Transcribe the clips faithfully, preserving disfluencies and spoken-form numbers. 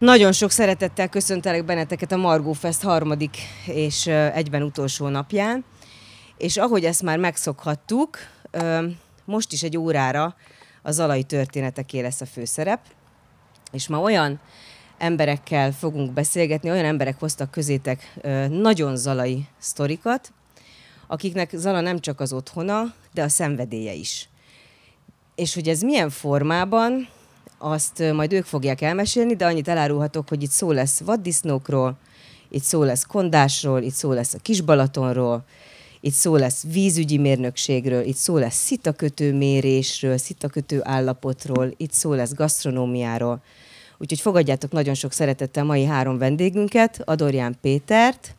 Nagyon sok szeretettel köszöntelek benneteket a Margó Fest harmadik és egyben utolsó napján. És ahogy ezt már megszokhattuk, most is egy órára a zalai történeteké lesz a főszerep. És ma olyan emberekkel fogunk beszélgetni, olyan emberek hoztak közétek nagyon zalai sztorikat, akiknek Zala nem csak az otthona, de a szenvedélye is. És hogy ez milyen formában, azt majd ők fogják elmesélni, de annyit elárulhatok, hogy itt szó lesz vaddisznókról, itt szó lesz kondásról, itt szó lesz a Kisbalatonról, itt szó lesz vízügyi mérnökségről, itt szó lesz szitakötő mérésről, szitakötő állapotról, itt szó lesz gasztronómiáról. Úgyhogy fogadjátok nagyon sok szeretettel mai három vendégünket, Adorján Pétert,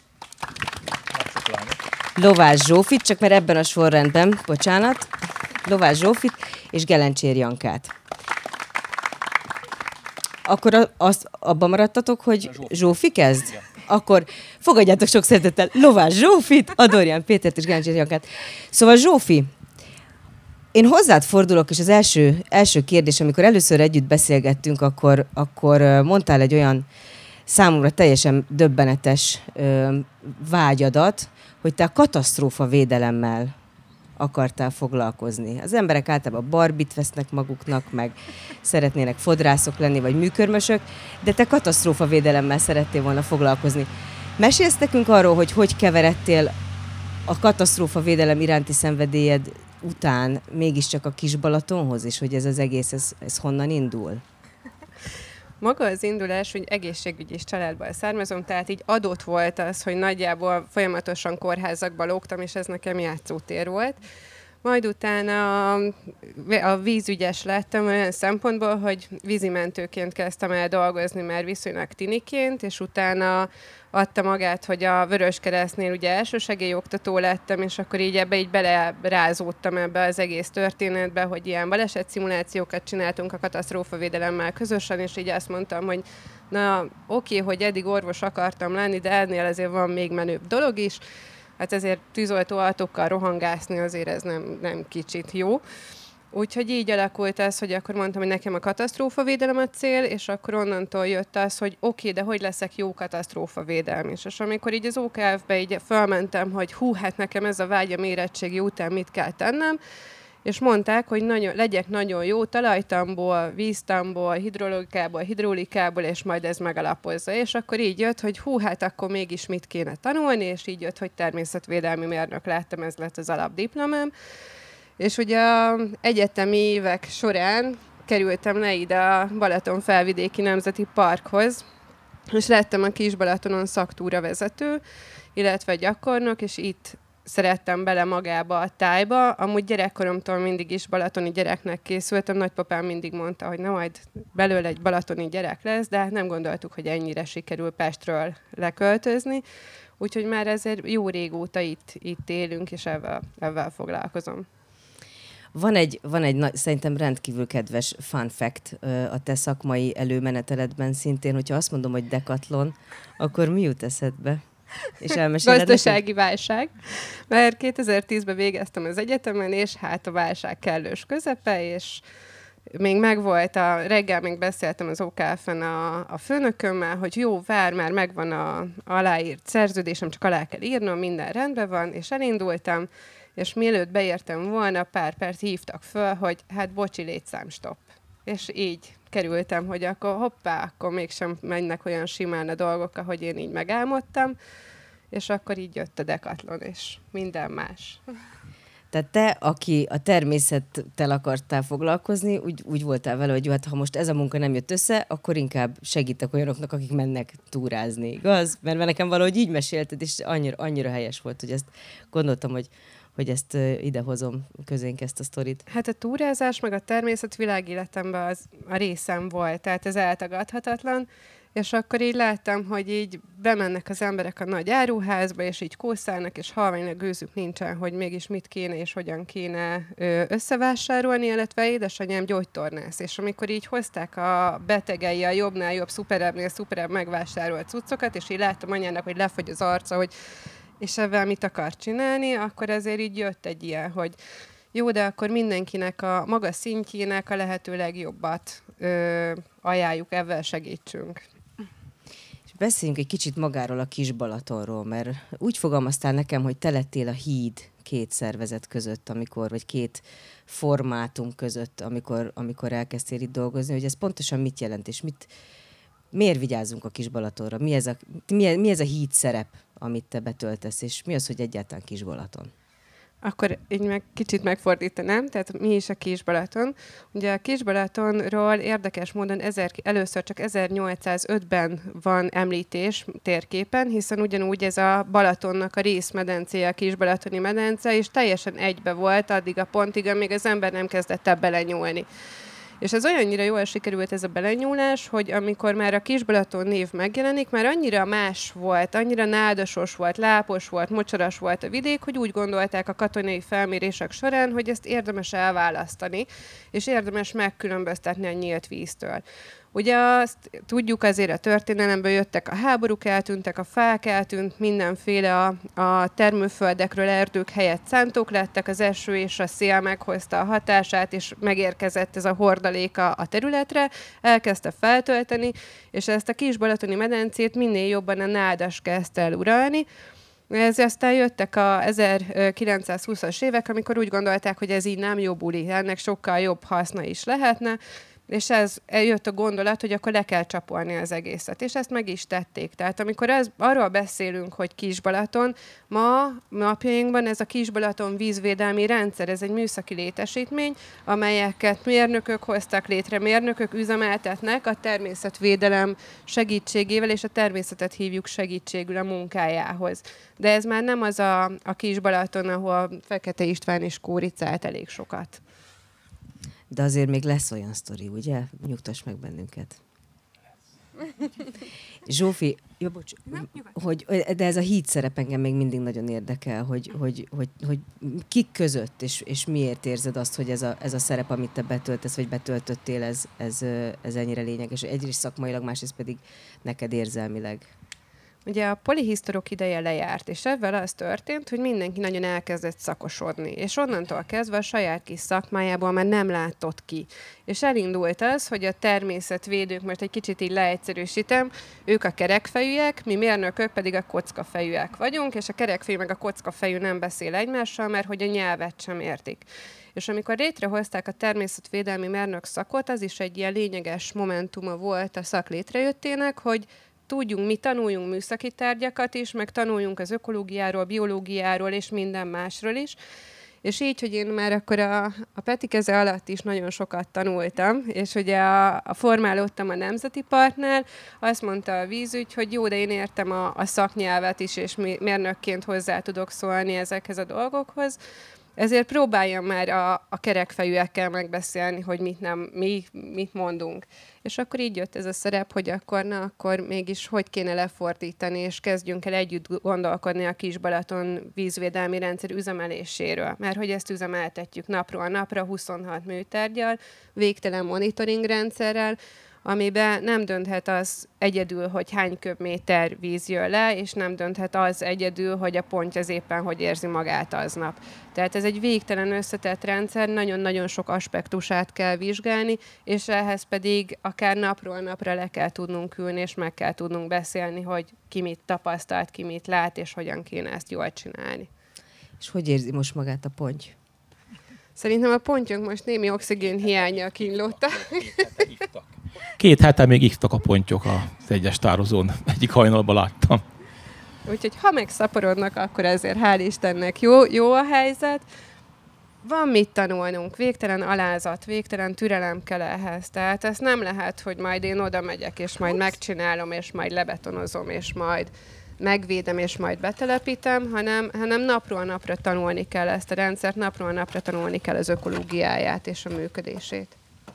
Lovász Zsófit, csak mert ebben a sorrendben, bocsánat, Lovász Zsófit és Gelencsér Jankát. Akkor azt abban maradtatok, hogy Zsófi kezd? Igen. Akkor fogadjátok sok szeretettel Lovász Zsófit, Adorján Pétert és Gelencsér Jankát. Szóval Zsófi, én hozzád fordulok, és az első, első kérdés, amikor először együtt beszélgettünk, akkor, akkor mondtál egy olyan számomra teljesen döbbenetes ö, vágyadat, hogy te a katasztrófa védelemmel akartál foglalkozni. Az emberek általában barbit vesznek maguknak, meg szeretnének fodrászok lenni, vagy műkörmösök, de te katasztrófa védelemmel szerettél volna foglalkozni. Mesélsz nekünk arról, hogy hogy keveredtél a katasztrófa védelem iránti szenvedélyed után mégiscsak a Kisbalatonhoz, és hogy ez az egész, ez, ez honnan indul? Maga az indulás, hogy egészségügyi és családból származom, tehát így adott volt az, hogy nagyjából folyamatosan kórházakba lógtam, és ez nekem játszótér volt. Majd utána a vízügyes lettem olyan szempontból, hogy vízimentőként kezdtem el dolgozni már viszonylag tiniként, és utána adta magát, hogy a Vöröskeresztnél ugye elsősegélyoktató lettem, és akkor így ebbe így belerázódtam ebbe az egész történetbe, hogy ilyen baleset-szimulációkat csináltunk a katasztrófavédelemmel közösen, és így azt mondtam, hogy na oké, hogy eddig orvos akartam lenni, de ennél azért van még menőbb dolog is, hát ezért tűzoltóautókkal rohangászni azért ez nem, nem kicsit jó. Úgyhogy így alakult ez, hogy akkor mondtam, hogy nekem a katasztrófavédelem a cél, és akkor onnantól jött az, hogy oké, de hogy leszek jó katasztrófavédelmi. És amikor így az ó ká ef-be így felmentem, hogy hú, hát nekem ez a vágyam érettségi után mit kell tennem, és mondták, hogy nagyon, legyek nagyon jó talajtamból, víztamból, hidrologikából, hidrolikából, és majd ez megalapozza. És akkor így jött, hogy hú, hát akkor mégis mit kéne tanulni, és így jött, hogy természetvédelmi mérnök lettem, ez lett az alapdiplomám. És ugye az egyetemi évek során kerültem le ide a Balaton-felvidéki Nemzeti Parkhoz, és lettem a Kisbalatonon szaktúra vezető, illetve gyakornok, és itt szerettem bele magába a tájba. Amúgy gyerekkoromtól mindig is balatoni gyereknek készültem. Nagypapám mindig mondta, hogy na majd belőle egy balatoni gyerek lesz, de nem gondoltuk, hogy ennyire sikerül Pestről leköltözni. Úgyhogy már ezért jó régóta itt, itt élünk, és ezzel, ezzel foglalkozom. Van egy, van egy nagy, szerintem rendkívül kedves fun fact a te szakmai előmeneteledben szintén, hogyha azt mondom, hogy Decathlon, akkor mi jut eszedbe? És gazdasági válság, mert kétezer-tízben végeztem az egyetemen, és hát a válság kellős közepe, és még megvolt a reggel, még beszéltem az ó ká ef-en a, a főnökömmel, hogy jó, vár, már megvan a aláírt szerződésem, csak alá kell írnom, minden rendben van, és elindultam, és mielőtt beértem volna, pár perc hívtak föl, hogy hát bocsi, létszám, stop. És így kerültem, hogy akkor hoppá, akkor mégsem mennek olyan simán a dolgok, ahogy én így megálmodtam, és akkor így jött a Decathlon, és minden más. Tehát te, aki a természettel akartál foglalkozni, úgy, úgy voltál vele, hogy jó, hát ha most ez a munka nem jött össze, akkor inkább segítek olyanoknak, akik mennek túrázni, igaz? Mert nekem valahogy így mesélted, és annyira, annyira helyes volt, hogy ezt gondoltam, hogy hogy ezt uh, idehozom közénk ezt a sztorit. Hát a túrázás meg a természet világéletemben az a részem volt, tehát ez eltagadhatatlan, és akkor így láttam, hogy így bemennek az emberek a nagy áruházba, és így kószálnak, és halványlag gőzük nincsen, hogy mégis mit kéne, és hogyan kéne ö, összevásárolni, illetve édesanyám gyógytornász, és amikor így hozták a betegei a jobbnál jobb, szuperebbnél szuperebb megvásárolt cuccokat, és így láttam anyának, hogy lefogy az arca, hogy és ebben mit akar csinálni, akkor ezért így jött egy ilyen, hogy jó, de akkor mindenkinek a maga szintjének a lehető legjobbat ö, ajánljuk, ebben segítsünk. És beszéljünk egy kicsit magáról a Kis-Balatonról, mert úgy fogalmaztál nekem, hogy te lettél a híd két szervezet között, amikor, vagy két formátum között, amikor, amikor elkezdtél itt dolgozni, hogy ez pontosan mit jelent, és mit, miért vigyázzunk a Kis-Balatonra? Mi ez a, mi, mi ez a híd szerep, amit te betöltesz, és mi az, hogy egyáltalán Kis-Balaton? Akkor így meg kicsit megfordítanám, tehát mi is a Kis-Balaton. Ugye a Kis-Balatonról érdekes módon ezer, először csak ezernyolcszázötben van említés térképen, hiszen ugyanúgy ez a Balatonnak a részmedencéje, a Kis-Balatoni medence, és teljesen egybe volt addig a pontig, amíg az ember nem kezdett el belenyúlni. És ez olyannyira jól sikerült ez a belenyúlás, hogy amikor már a Kis-Balaton név megjelenik, már annyira más volt, annyira nádasos volt, lápos volt, mocsaras volt a vidék, hogy úgy gondolták a katonai felmérések során, hogy ezt érdemes elválasztani, és érdemes megkülönböztetni a nyílt víztől. Ugye azt tudjuk, azért a történelemből jöttek a háborúk, eltűntek a fák, eltűnt mindenféle a, a termőföldekről, erdők helyett szántók lettek, az eső és a szél meghozta a hatását, és megérkezett ez a hordalék a, a területre, elkezdte feltölteni, és ezt a Kis-Balatoni medencét minél jobban a nádas kezdte el uralni. Ez aztán jöttek a ezerkilencszázhúszas évek, amikor úgy gondolták, hogy ez így nem jó buli, ennek sokkal jobb haszna is lehetne, és ez jött a gondolat, hogy akkor le kell csapolni az egészet. És ezt meg is tették. Tehát amikor ez, arról beszélünk, hogy Kis-Balaton, ma napjainkban ez a Kis-Balaton vízvédelmi rendszer, ez egy műszaki létesítmény, amelyeket mérnökök hoztak létre, mérnökök üzemeltetnek a természetvédelem segítségével, és a természetet hívjuk segítségül a munkájához. De ez már nem az a, a Kis-Balaton, ahol Fekete István is kóricált elég sokat. De azért még lesz olyan sztori, ugye? Nyugtass meg bennünket. Zsófi, jó, bocs, hogy, de ez a híd szerep engem még mindig nagyon érdekel, hogy, hogy, hogy, hogy kik között, és, és miért érzed azt, hogy ez a, ez a szerep, amit te betöltesz, vagy betöltöttél, ez, ez, ez ennyire lényeges. Egyrészt szakmailag, másrészt pedig neked érzelmileg. Ugye a polihisztorok ideje lejárt, és ebben az történt, hogy mindenki nagyon elkezdett szakosodni, és onnantól kezdve a saját kis szakmájából már nem látott ki. És elindult az, hogy a természetvédők, most egy kicsit így leegyszerűsítem, ők a kerekfejűek, mi mérnökök pedig a kockafejűek vagyunk, és a kerekfejű meg a kockafejű nem beszél egymással, mert hogy a nyelvet sem értik. És amikor létrehozták a természetvédelmi mérnök szakot, az is egy ilyen lényeges momentuma volt a szak létrejöttének, hogy tudjunk, mi tanuljunk műszaki tárgyakat is, meg tanuljunk az ökológiáról, biológiáról és minden másról is. És így, hogy én már akkor a, a Peti keze alatt is nagyon sokat tanultam, és ugye a, a formálódtam a Nemzeti Parknál, azt mondta a vízügy, hogy jó, de én értem a, a szaknyelvet is, és mérnökként hozzá tudok szólni ezekhez a dolgokhoz. Ezért próbáljam már a, a kerekfejűekkel megbeszélni, hogy mit, nem, mi, mit mondunk. És akkor így jött ez a szerep, hogy akkor, na, akkor mégis hogy kéne lefordítani, és kezdjünk el együtt gondolkodni a Kis-Balaton vízvédelmi rendszer üzemeléséről. Mert hogy ezt üzemeltetjük napról napra, huszonhat műtárgyal, végtelen monitoring rendszerrel, amiben nem dönthet az egyedül, hogy hány köbméter víz jön le, és nem dönthet az egyedül, hogy a pontja az éppen hogy érzi magát aznap. Tehát ez egy végtelen összetett rendszer, nagyon-nagyon sok aspektusát kell vizsgálni, és ehhez pedig akár napról napra le kell tudnunk ülni, és meg kell tudnunk beszélni, hogy ki mit tapasztalt, ki mit lát, és hogyan kéne ezt jól csinálni. És hogy érzi most magát a ponty? Szerintem a pontyok most némi oxigén hiánnyal kínlódtak. Két hete még iktak a pontyok az egyes tározón. Egyik hajnalban láttam. Úgyhogy ha megszaporodnak, akkor ezért hál' Istennek jó, jó a helyzet. Van mit tanulnunk, végtelen alázat, végtelen türelem kell ehhez. Tehát ez nem lehet, hogy majd én oda megyek, és majd megcsinálom, és majd lebetonozom, és majd megvédem, és majd betelepítem, hanem, hanem napról napra tanulni kell ezt a rendszert, napról napra tanulni kell az ökológiáját és a működését.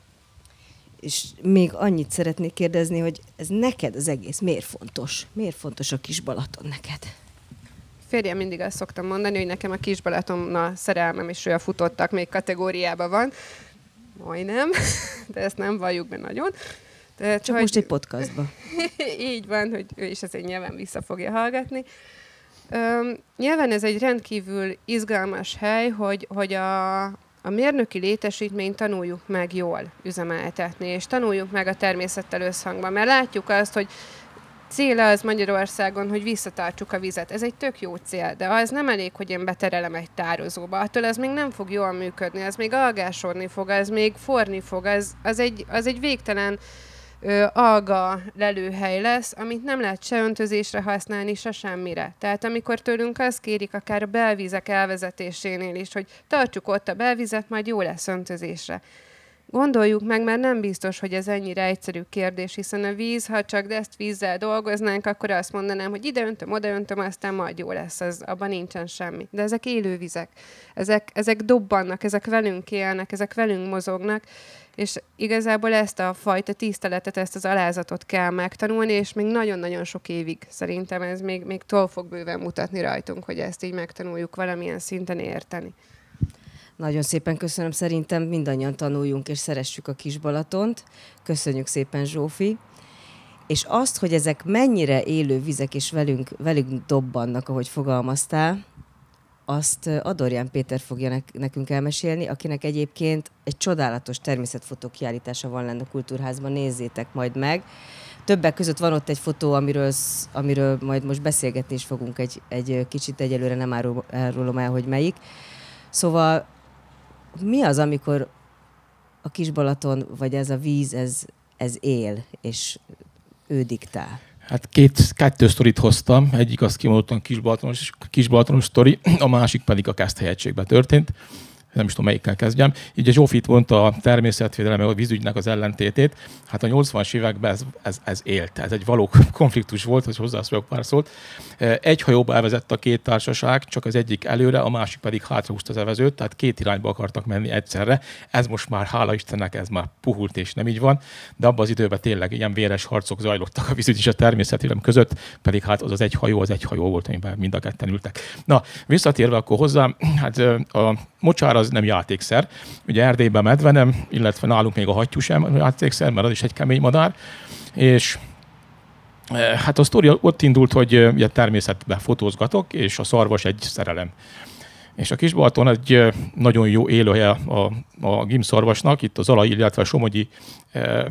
És még annyit szeretnék kérdezni, hogy ez neked az egész miért fontos? Miért fontos a Kis-Balaton neked? Férjem mindig azt szoktam mondani, hogy nekem a Kis-Balatonnal szerelmem és olyan futottak még kategóriában van. Majdnem, de ezt nem valljuk be nagyon. De Csak hogy... most egy podcastban. Így van, hogy ő is azért nyilván vissza fogja hallgatni. Üm, nyilván ez egy rendkívül izgalmas hely, hogy, hogy a, a mérnöki létesítményt tanuljuk meg jól üzemeltetni, és tanuljuk meg a természettel összhangban, mert látjuk azt, hogy cél az Magyarországon, hogy visszatartsuk a vizet. Ez egy tök jó cél, de az nem elég, hogy én beterelem egy tározóba. Attól az még nem fog jól működni, az még algásodni fog, az még forni fog, az, az, egy, az egy végtelen ö, alga lelőhely lesz, amit nem lehet se öntözésre használni, se semmire. Tehát amikor tőlünk azt kérik, akár a belvízek elvezetésénél is, hogy tartsuk ott a belvizet, majd jó lesz öntözésre. Gondoljuk meg, mert nem biztos, hogy ez ennyire egyszerű kérdés, hiszen a víz, ha csak de ezt vízzel dolgoznánk, akkor azt mondanám, hogy ide öntöm, oda öntöm, aztán majd jó lesz, az, abban nincsen semmi. De ezek élő vizek, ezek, ezek dobbannak, ezek velünk élnek, ezek velünk mozognak, és igazából ezt a fajta tiszteletet, ezt az alázatot kell megtanulni, és még nagyon-nagyon sok évig szerintem ez még, még túl fog bőven mutatni rajtunk, hogy ezt így megtanuljuk valamilyen szinten érteni. Nagyon szépen köszönöm, szerintem mindannyian tanuljunk és szeressük a Kis-Balatont. Köszönjük szépen, Zsófi. És azt, hogy ezek mennyire élő vizek és velünk, velünk dobbannak, ahogy fogalmaztál, azt Adorján Péter fogja nekünk elmesélni, akinek egyébként egy csodálatos természetfotó kiállítása van lenne a Kultúrházban, nézzétek majd meg. Többek között van ott egy fotó, amiről, amiről majd most beszélgetni is fogunk egy, egy kicsit, egyelőre nem árul, árulom el, hogy melyik. Szóval mi az, amikor a Kis-Balaton, vagy ez a víz, ez, ez él, és ő diktál? Hát két, kettő sztorit hoztam, egyik az kimondottan Kis-Balatonos, Kis-Balatonos sztori, a másik pedig a Keszthelyegységben történt. Nem is tudom, melyikkel kezdjem. Így a Zsófi itt mondta a természetvédelem, a vízügynek az ellentétét. Hát a nyolcvanas években ez, ez, ez élt. Ez egy való konfliktus volt, hogy hozzászólok pár szót. Egy hajóba elvezett a két társaság, csak az egyik előre, a másik pedig hátrahúzta az evezőt, tehát két irányba akartak menni egyszerre. Ez most már, hála Istennek, ez már puhult és nem így van, de abban az időben tényleg ilyen véres harcok zajlottak a vízügy és a természetvédelem között, pedig hát az az egy hajó, az egy hajó volt, amiben mind a ketten ültek. Na, visszatérve akkor hozzá, hát a mocsár az nem játékszer. Ugye Erdélyben medve nem, illetve nálunk még a hattyú sem játékszer, mert az is egy kemény madár. És hát a sztori ott indult, hogy ugye természetben fotózgatok, és a szarvas egy szerelem. És a Kis-Balaton egy nagyon jó élőhelye a, a gímszarvasnak, itt az alai, illetve a somogyi e,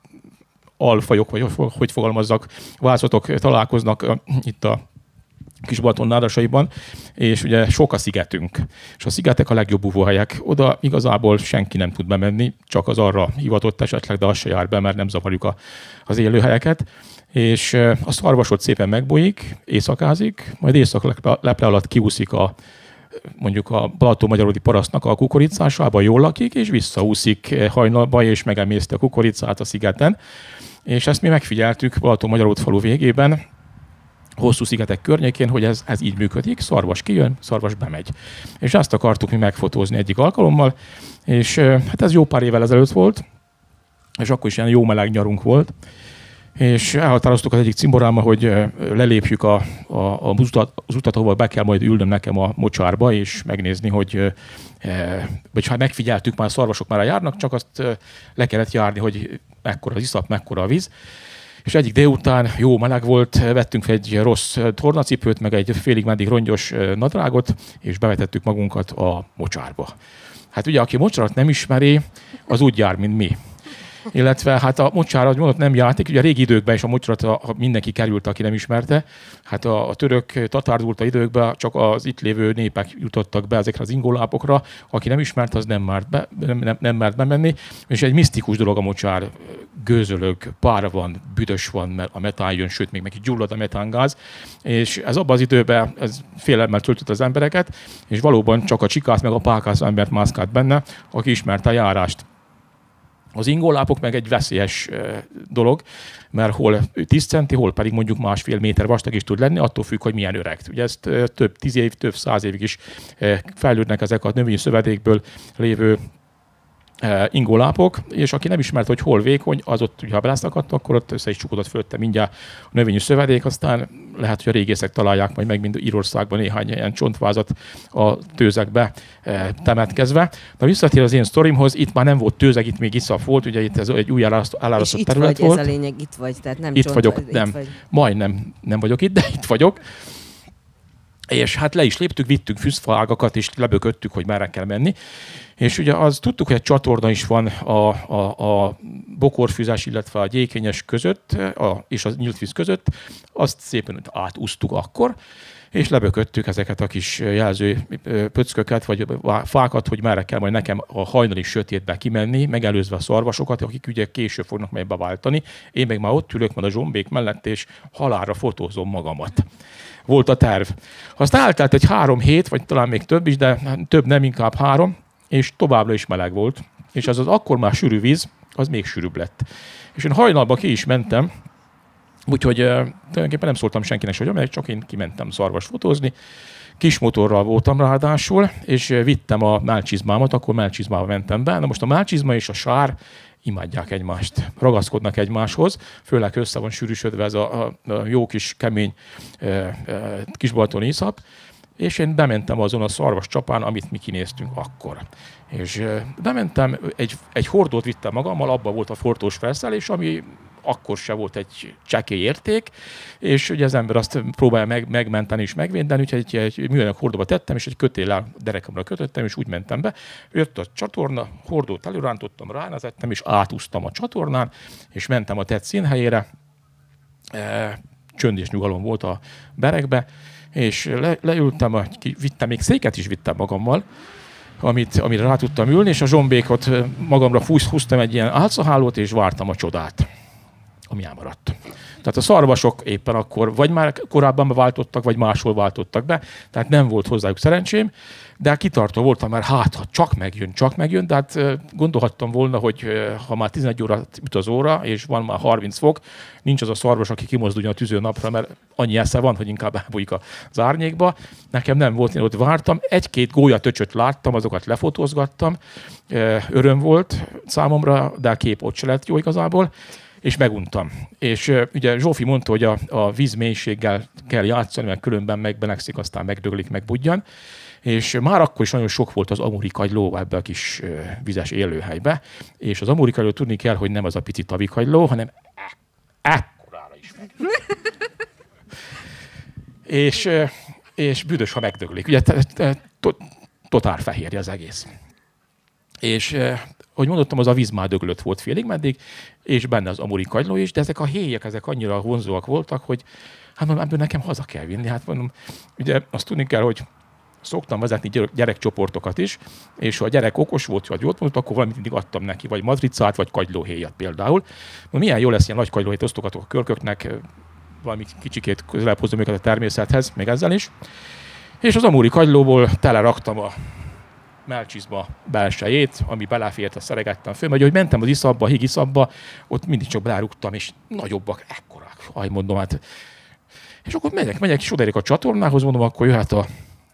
alfajok, vagy hogy fogalmazzak, változatok találkoznak itt a Kis-Balaton nádasaiban, és ugye sok a szigetünk. És a szigetek a legjobb búvóhelyek. Oda igazából senki nem tud bemenni, csak az arra hivatott esetleg, de az se jár be, mert nem zavarjuk a, az élőhelyeket. És a szarvasot szépen megbújik, éjszakázik, majd éjszak leple alatt kiúszik a mondjuk a Balaton-magyaródi parasztnak a kukoricásába, jól lakik, és visszaúszik hajnalba, és megemészti a kukoricát a szigeten. És ezt mi megfigyeltük Balaton-Magyaród falu végében, hosszú szigetek környékén, hogy ez, ez így működik, szarvas kijön, szarvas bemegy. És ezt akartuk mi megfotózni egyik alkalommal, és hát ez jó pár évvel ezelőtt volt, és akkor is ilyen jó meleg nyarunk volt, és elhatároztuk az egyik cimborámmal, hogy lelépjük a, a, a utat, az utat, ahol be kell majd ülnöm nekem a mocsárba, és megnézni, hogy e, vagy hát megfigyeltük, már a szarvasok már járnak, csak azt le kellett járni, hogy mekkora az iszap, mekkora a víz. És egyik délután jó meleg volt, vettünk fel egy rossz tornacipőt, meg egy félig meddig rongyos nadrágot, és bevetettük magunkat a mocsárba. Hát ugye, aki mocsarat nem ismeri, az úgy jár, mint mi. Illetve hát a mocsár, ahogy mondott, nem játék. Ugye a régi időkben is a mocsarat mindenki került, aki nem ismerte. Hát a, a török, tatárdulta időkben csak az itt lévő népek jutottak be ezekre az ingólápokra. Aki nem ismert, az nem mert, be, nem, nem, nem mert bemenni. És egy misztikus dolog a mocsár. Gőzölög, pár van, büdös van, mert a metán jön, sőt, még neki gyullad a metángáz. És ez abban az időben ez félelemmel töltött az embereket, és valóban csak a csikász meg a pálkász embert mászkált benne, aki ismerte a járást. Az ingólápok meg egy veszélyes dolog, mert hol tíz centi, hol pedig mondjuk másfél méter vastag is tud lenni, attól függ, hogy milyen öreg. Ugye ezt több tíz év, több száz évig is fejlődnek ezek a növényi szövedékből lévő ingólápok, és aki nem ismert, hogy hol vékony, az ott, ha beleszakadt, akkor ott össze is csukódott fölötte mindjárt a növényi szövedék, aztán lehet, hogy a régészek találják majd meg, mind Írországban néhány ilyen csontvázat a tőzekbe temetkezve. Na visszatér az én sztorimhoz, itt már nem volt tőzeg, itt még iszap volt, ugye itt ez egy új elárasztott terület vagy, volt. Ez a lényeg, itt vagy, tehát nem itt csont, vagyok, itt nem, vagy. Majdnem nem vagyok itt, de itt vagyok. És hát le is léptük, vittünk fűzfaágakat, és lebököttük, hogy merre kell menni. És ugye az tudtuk, hogy egy csatorna is van a, a, a bokorfűzás, illetve a gyékényes között, a, és a nyílt víz között. Azt szépen átúsztuk akkor, és lebököttük ezeket a kis jelző pöcköket, vagy fákat, hogy merre kell majd nekem a hajnali sötétbe kimenni, megelőzve a szarvasokat, akik ugye később fognak majd beváltani. Én meg már ott ülök, majd a zsombék mellett, és halálra fotózom magamat. Volt a terv. Aztán eltelt egy három hét, vagy talán még több is, de több nem, inkább három, és továbbra is meleg volt. És az az akkor már sűrű víz, az még sűrűbb lett. És én hajnalban ki is mentem, úgyhogy uh, tulajdonképpen nem szóltam senkinek, hogy mert csak én kimentem szarvas fotózni. Kis motorral voltam ráadásul, és uh, vittem a mellcsizmámat, akkor mellcsizmával mentem be. Na most a mellcsizma és a sár imádják egymást, ragaszkodnak egymáshoz, főleg össze van sűrűsödve ez a, a, a jó kis kemény e, e, kisbalatoni iszap, és én bementem azon a szarvas csapán, amit mi kinéztünk akkor. És e, bementem, egy, egy hordót vittem magammal, abban volt a fordós felszállás, ami akkor se volt egy csekély érték, és ugye az ember azt próbálja meg, megmenteni és megvédeni, úgyhogy egy, egy műanyag hordóba tettem, és egy kötéllel derekamra kötöttem, és úgy mentem be. Jött a csatorna, hordót előrántottam, ránezettem, és átúztam a csatornán, és mentem a tett színhelyére. E, csönd és nyugalom volt a berekbe, és le, leültem, vittem, még széket is vittem magammal, amit, amire rá tudtam ülni, és a zsombékot magamra húztam egy ilyen álcahálót, és vártam a csodát, ami elmaradt. Tehát a szarvasok éppen akkor vagy már korábban beváltottak, vagy máshol váltottak be, tehát nem volt hozzájuk szerencsém, de kitartó voltam, mert hát, ha csak megjön, csak megjön, de hát gondolhattam volna, hogy ha már tizenegy óra üt az óra, és van már harminc fok, nincs az a szarvas, aki kimozduljon a tüző napra, mert annyi esze van, hogy inkább elbújik az árnyékba. Nekem nem volt, én ott vártam, egy-két gólyatöcsöt láttam, azokat lefotózgattam, öröm volt számomra, de a kép ott se lett jó igazából, és meguntam. És uh, ugye Zsófi mondta, hogy a, a vízmélységgel kell játszani, mert különben megbenegszik, aztán megdöglik, megbudjan. És már akkor is nagyon sok volt az amuri kagyló ebbe a kis uh, vizes élőhelybe. És az amuri kagyló tudni kell, hogy nem az a pici tavikagyló, hanem ekkorára is meg. és, uh, és büdös, ha megdöglik. Ugye totál fehérje az egész. És uh, ahogy mondottam, az a víz már döglött volt félig meddig, és benne az amuri kagyló is, de ezek a héjek, ezek annyira vonzóak voltak, hogy hát mondom, ebből nekem haza kell vinni. Hát mondom, ugye azt tudni kell, hogy szoktam vezetni gyerekcsoportokat is, és ha a gyerek okos volt, vagy jót mondott, akkor valamit mindig adtam neki, vagy madricát, vagy kagylóhéjat például. Mondom, milyen jó lesz ilyen nagy kagylóhéjat osztogatok a körköknek, valami kicsikét közelebb hozom őket a természethez, még ezzel is. És az amuri kagylóból teleraktam a mellcsizma belsejét, ami belefért, azt szeregettem föl, mert hogy mentem az iszapba, a hígiszapba, ott mindig csak belerúgtam, és nagyobbak, ekkorák, aj mondom, hát. És akkor megyek, megyek, és odaérek a csatornához, mondom, akkor jöhet a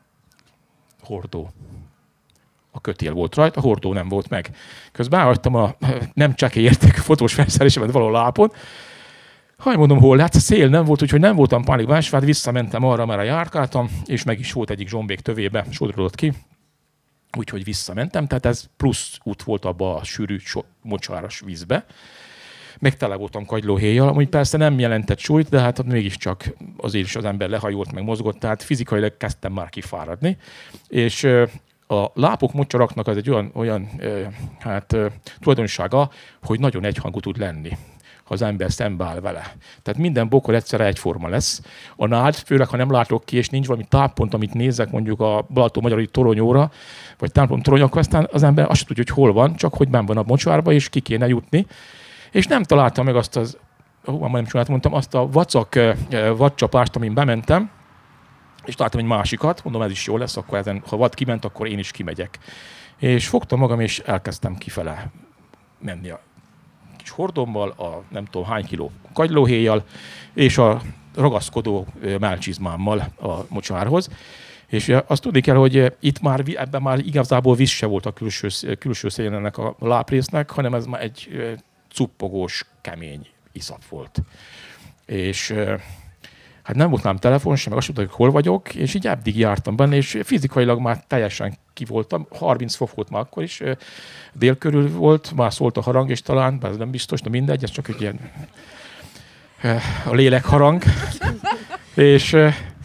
hordó. A kötél volt rajta, a hordó nem volt meg. Közben elhagytam a nem csekély értékű fotós felszerelésemet való lápon. Haj, mondom, hol? Hát szél nem volt, úgyhogy nem voltam pánikban, és hát visszamentem arra, mert járkáltam, és meg is volt egyik zsombék tövébe, sodrodott ki. Úgyhogy visszamentem, tehát ez plusz út volt abba a sűrű, mocsáras vízbe. Meg tele voltam kagylóhéjjal, ami persze nem jelentett súlyt, de hát mégiscsak azért is az ember lehajolt, meg mozgott, tehát fizikailag kezdtem már kifáradni. És a lápok mocsaraknak az egy olyan, olyan hát, tulajdonsága, hogy nagyon egyhangú tud lenni, ha az ember szembeáll vele. Tehát minden bokor egyszerre egyforma lesz. A nád, főleg ha nem látok ki, és nincs valami táppont, amit nézek mondjuk a Balaton-magyari toronyóra, vagy táppont torony, akkor aztán az ember azt tudja, hogy hol van, csak hogy benn van a mocsárba, és ki kéne jutni. És nem találtam meg azt az, hú, már nem csodát mondtam, azt a vacak vadcsapást, amin bementem, és találtam egy másikat, mondom, ez is jó lesz, akkor ezen, ha vad kiment, akkor én is kimegyek. És fogtam magam, és elkezdtem kifele menni a kis hordommal, a nem tudom hány kiló kagylóhéjjal, és a ragaszkodó mellcsizmámmal a mocsárhoz. És azt tudni kell, hogy itt már, ebben már igazából víz se volt a külső, külső szélén ennek a láprésznek, hanem ez már egy cuppogós, kemény iszap volt. És hát nem volt nálam telefon sem, meg azt mondta, hogy hol vagyok, és így eddig jártam benne, és fizikailag már teljesen ki voltam, harminc fok volt már akkor is, dél körül volt, már szólt a harang, és talán, bár ez nem biztos, de mindegy, ez csak egy ilyen a lélek harang. És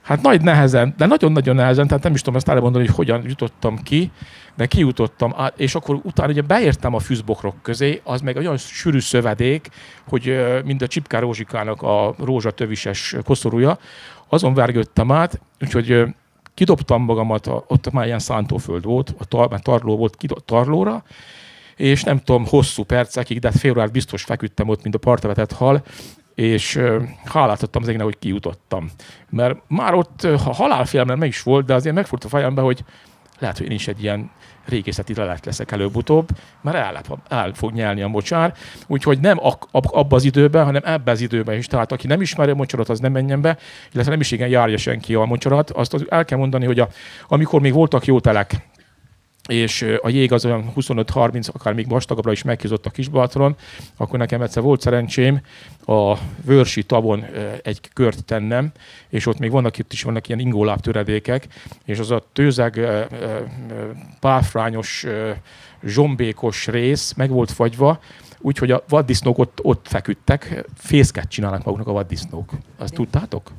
Hát nagy nehezen, de nagyon-nagyon nehezen, tehát nem is tudom ezt elmondani, hogy hogyan jutottam ki, de kijutottam, és akkor utána ugye beértem a fűzbokrok közé, az meg olyan sűrű szövedék, hogy mind a Csipkár Rózsikának a rózsatövises koszorúja, azon vergődtem át, úgyhogy kidobtam magamat, ott már ilyen szántóföld volt, a tar, tarló volt kidob, tarlóra, és nem tudom, hosszú percekig, de fél órát biztos feküdtem ott, mint a partra hal, és uh, hálát adtam az égnek, hogy kijutottam. Mert már ott, ha halálfélelem meg is volt, de azért megfordult a fejembe, hogy lehet, hogy én is egy ilyen régészeti lelet leszek előbb-utóbb, mert el, el fog nyelni a mocsár. Úgyhogy nem ak- ab- abban az időben, hanem ebben az időben is. Tehát aki nem ismeri a mocsarat, az nem menjen be, illetve nem is igen járja senki a mocsarat. Azt az el kell mondani, hogy a, amikor még voltak jó telek, és a jég az olyan huszonöt-harminc, akár még vastagabbra is megkízott a Kisbalatonon, akkor nekem egyszer volt szerencsém a Vörsi tavon egy kört tennem, és ott még vannak itt is vannak ilyen ingóláb töredékek, és az a tőzeg páfrányos, zsombékos rész meg volt fagyva, úgyhogy a vaddisznók ott, ott feküdtek, fészket csinálnak maguknak a vaddisznók. Azt tudtátok?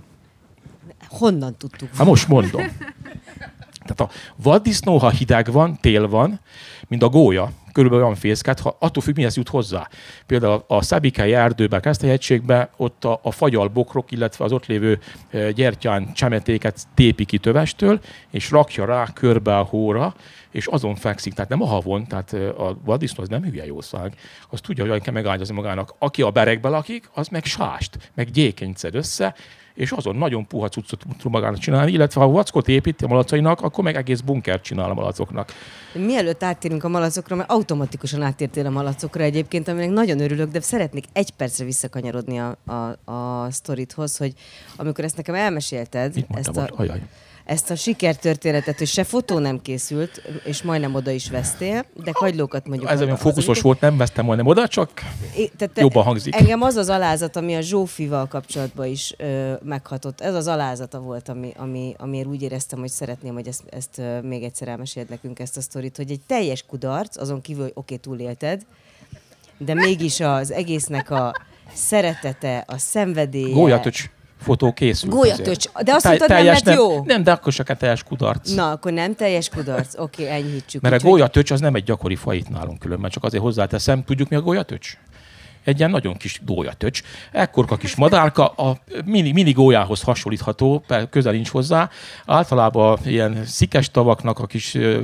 Honnan tudtuk? Hát most mondom. Tehát a vaddisznó, ha hideg van, tél van, mint a gólya, körülbelül olyan fészket, ha attól függ, mihez jut hozzá. Például a Szabikei erdőben, Keszthelyhegységben ott a, a fagyal bokrok, illetve az ott lévő gyertyán csemetéket tépi ki tövestől, és rakja rá körbe a hóra, és azon fekszik. Tehát nem a havon, tehát a vaddisznó az nem hülye jószág. Az tudja, hogy kell megágyazni magának. Aki a berekbe lakik, az meg sást, meg gyékenyt szed össze, és azon nagyon puha cuccot tud magának csinálni, illetve ha vackot építi a malacainak, akkor meg egész bunkert csinál a malacoknak. Mielőtt áttérünk a malacokra, mert automatikusan áttértél a malacokra egyébként, aminek nagyon örülök, de szeretnék egy percre visszakanyarodni a, a, a sztoridhoz, hogy amikor ezt nekem elmesélted, ezt a, ezt a sikertörténetet, hogy se fotó nem készült, és majdnem oda is vesztél, de kagylókat mondjuk... Ez olyan fókuszos az, volt, nem vesztem majdnem oda, csak é, jobban hangzik. Engem az az alázat, ami a Zsófival kapcsolatban is ö, meghatott. Ez az alázata volt, ami, ami, amiért úgy éreztem, hogy szeretném, hogy ezt, ezt ö, még egyszer elmeséld nekünk ezt a sztorit, hogy egy teljes kudarc, azon kívül, hogy oké, túlélted, de mégis az egésznek a szeretete, a szenvedélye... Gólyatöcs fotó készült. Gólyatöcs. De azt mondtad, nem lett jó? Nem, de akkor se kell teljes kudarc. Na, akkor nem teljes kudarc. Oké, okay, enyhítsük. Mert a gólyatöcs az nem egy gyakori faj itt nálunk különben, csak azért hozzáteszem. Tudjuk, mi a gólyatöcs? Egy ilyen nagyon kis gólyatöcs. Ekkorka kis madárka, a mini, mini gólyához hasonlítható, közel nincs hozzá. Általában ilyen szikes tavaknak a kis ö,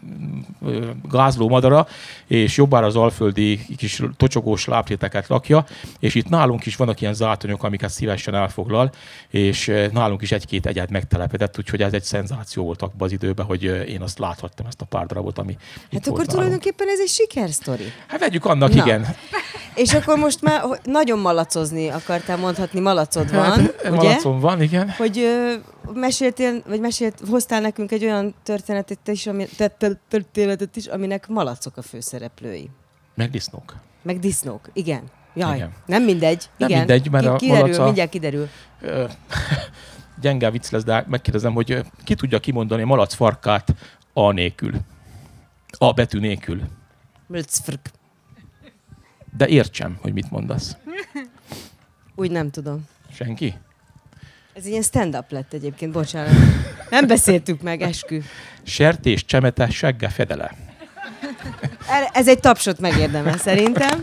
ö, gázló madara, és jobbára az alföldi kis tocsogós lápréteket lakja, és itt nálunk is vannak ilyen zátonyok, amiket szívesen elfoglal, és nálunk is egy-két egyed megtelepedett, úgyhogy ez egy szenzáció volt abban az időben, hogy én azt láthattam, ezt a pár darabot, ami hát akkor tulajdonképpen ez egy sikersztori. Hát vegyük annak, na. Igen. És akkor most már nagyon malacozni akartál mondhatni, malacod van, hát, ugye? Malacom van, igen. Hogy ö, meséltél, vagy mesélt, hoztál nekünk egy olyan történetet is, ami, történetet is, aminek malacok a főszereplői. Meg disznók. Meg disznók, igen. Jaj, igen. Nem mindegy. Nem igen. mindegy, mert a kiderül, malaca... mindjárt kiderül. Gyenge vicc lesz, de megkérdezem, hogy ki tudja kimondani a malac farkát A nélkül. A betű nélkül. Mlcfrk. De értsem, hogy mit mondasz. Úgy nem tudom. Senki? Ez ilyen stand-up lett egyébként, bocsánat. Nem beszéltük meg, eskü. Sertés, csemete, segge, fedele. Ez egy tapsot megérdemel szerintem.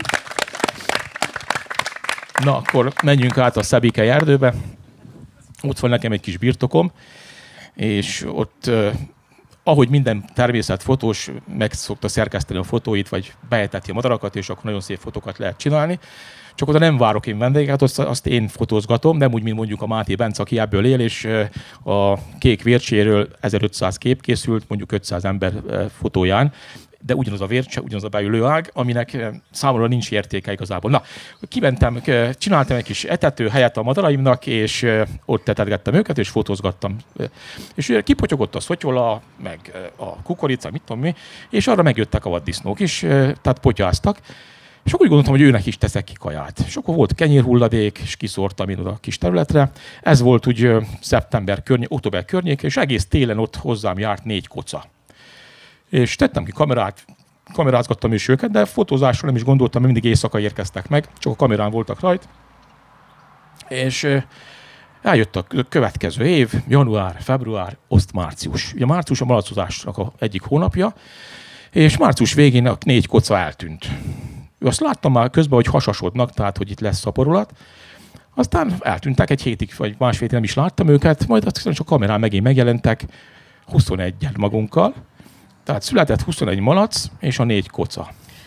Na, akkor menjünk át a Szabikei erdőbe. Ott van nekem egy kis birtokom, és ott... ahogy minden természetfotós meg szokta szerkeszteni a fotóit, vagy beeteti a madarakat, és akkor nagyon szép fotókat lehet csinálni. Csak oda nem várok én vendégeket, azt, azt én fotózgatom, nem úgy, mint mondjuk a Máté Bence, aki ebből él, és a Kék Vércséről ezerötszáz kép készült, mondjuk ötszáz ember fotóján, de ugyanaz a vércse, ugyanaz a beülő ág, aminek számomra nincs értéke igazából. Na, kimentem, csináltam egy kis etető helyet a madaraimnak, és ott etetgettem őket, és fotózgattam. És ugye kipotyogott a szotyola, meg a kukorica, mit tudom mi, és arra megjöttek a vaddisznók is, tehát potyáztak. És akkor úgy gondoltam, hogy őnek is teszek ki kaját. És akkor volt kenyérhulladék, és kiszórtam én oda a kis területre. Ez volt úgy szeptember környék, október környék, és egész télen ott hozzám járt négy koca. És tettem ki kamerát, kamerázgattam is őket, de fotózásról nem is gondoltam, mert mindig éjszaka érkeztek meg, csak a kamerán voltak rajt. És Eljött a következő év, január, február, oszt március. Ugye március a malacozásnak a egyik hónapja, és március végén a négy koca eltűnt. Azt láttam már közben, hogy hasasodnak, tehát hogy itt lesz szaporulat. Aztán eltűntek egy hétig, vagy másfél hétig nem is láttam őket, majd aztán a kamerán megint megjelentek huszonegyel magunkkal. Tehát született huszonegy malac és a négy koca.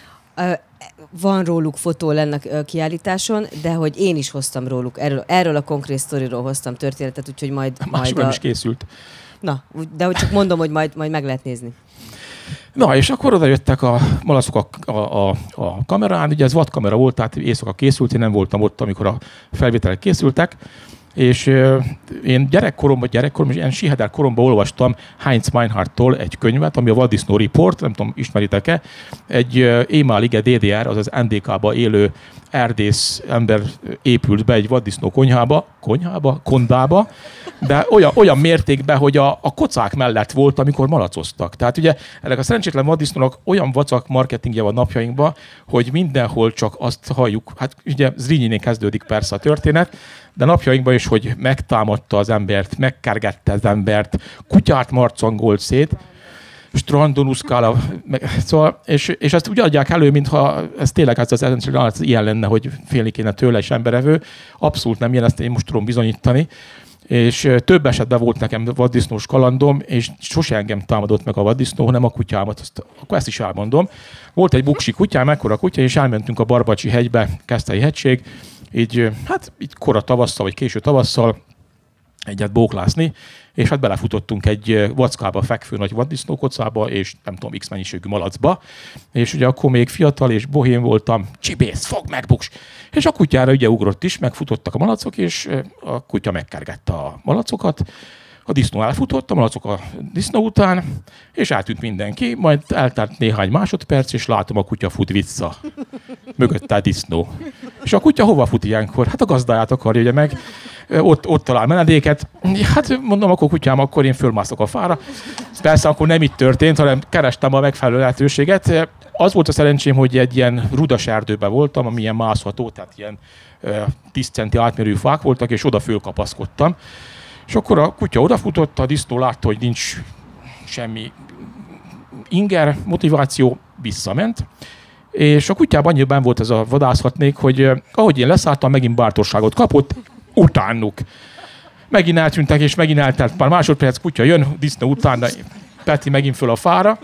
Van róluk fotó lenne a kiállításon, de hogy én is hoztam róluk, erről, erről a konkrét sztoriról hoztam történetet, úgyhogy majd... Másról majd a... is készült. Na, de hogy csak mondom, hogy majd, majd meg lehet nézni. Na, és akkor oda jöttek a malacok a, a, a, a kamerán, ugye ez vadkamera volt, tehát éjszaka készült, én nem voltam ott, amikor a felvételek készültek, és euh, én gyerekkoromban, gyerekkoromban, ilyen siheder koromban olvastam Heinz Meinhardtól egy könyvet, ami a Vaddisznó Report, nem tudom, ismeritek-e, egy uh, émálige dé dé er, azaz en dé ká-ba élő erdész ember épült be egy vaddisznó konyhába, konyhába, kondába, de olyan, olyan mértékben, hogy a, a kocák mellett volt, amikor malacoztak. Tehát ugye ennek a szerencsétlen vaddisznónak olyan vacak marketingje van napjainkban, hogy mindenhol csak azt halljuk, hát ugye Zrínyinél kezdődik persze a történet, de napjainkban is, hogy megtámadta az embert, megkergette az embert, kutyát marcangolt szét, strandon uszkál, szóval, és, és ezt úgy adják elő, mintha ez tényleg ez az, az ilyen lenne, hogy félni kéne tőle és emberevő. Abszolút nem ilyen, ezt én most tudom bizonyítani. És több esetben volt nekem vaddisznós kalandom, és sose engem támadott meg a vaddisznó, hanem a kutyámat. Azt, akkor ezt is elmondom. Volt egy buksi kutyám, ekkora kutya, és elmentünk a Barbacsi hegybe, Keszthelyi hegység, így, hát így kora tavasszal, vagy késő tavasszal egyet bóklászni, és hát belefutottunk egy vackába fekvő nagy vaddisznókocába, és nem tudom, x mennyiségű malacba, és ugye akkor még fiatal és bohém voltam, csibész, fogd meg, buks! És a kutyára ugye ugrott is, megfutottak a malacok, és a kutya megkergette a malacokat, a disznó elfutott, a malacok a disznó után, és eltűnt mindenki, majd eltelt néhány másodperc, és látom, a kutya fut vissza. Mögötte a disznó. És a kutya hova fut ilyenkor? Hát a gazdáját akarja, ugye meg. Ott, ott talál menedéket. Hát mondom, akkor kutyám, akkor én fölmászok a fára. Persze akkor nem így történt, hanem kerestem a megfelelő lehetőséget. Az volt a szerencsém, hogy egy ilyen rudas erdőben voltam, ami ilyen mászható, tehát ilyen tíz centi átmérő fák voltak, és oda fölkapaszkodtam. És akkor a kutya odafutott, a disznó látta, hogy nincs semmi inger, motiváció, visszament. És a kutyában annyiban volt ez a vadászhatnék, hogy ahogy én leszálltam, megint bátorságot kapott, utánuk. Megint eltűntek, és megint eltelt pár másodperc, kutya jön, disznó utána, Peti megint föl a fára.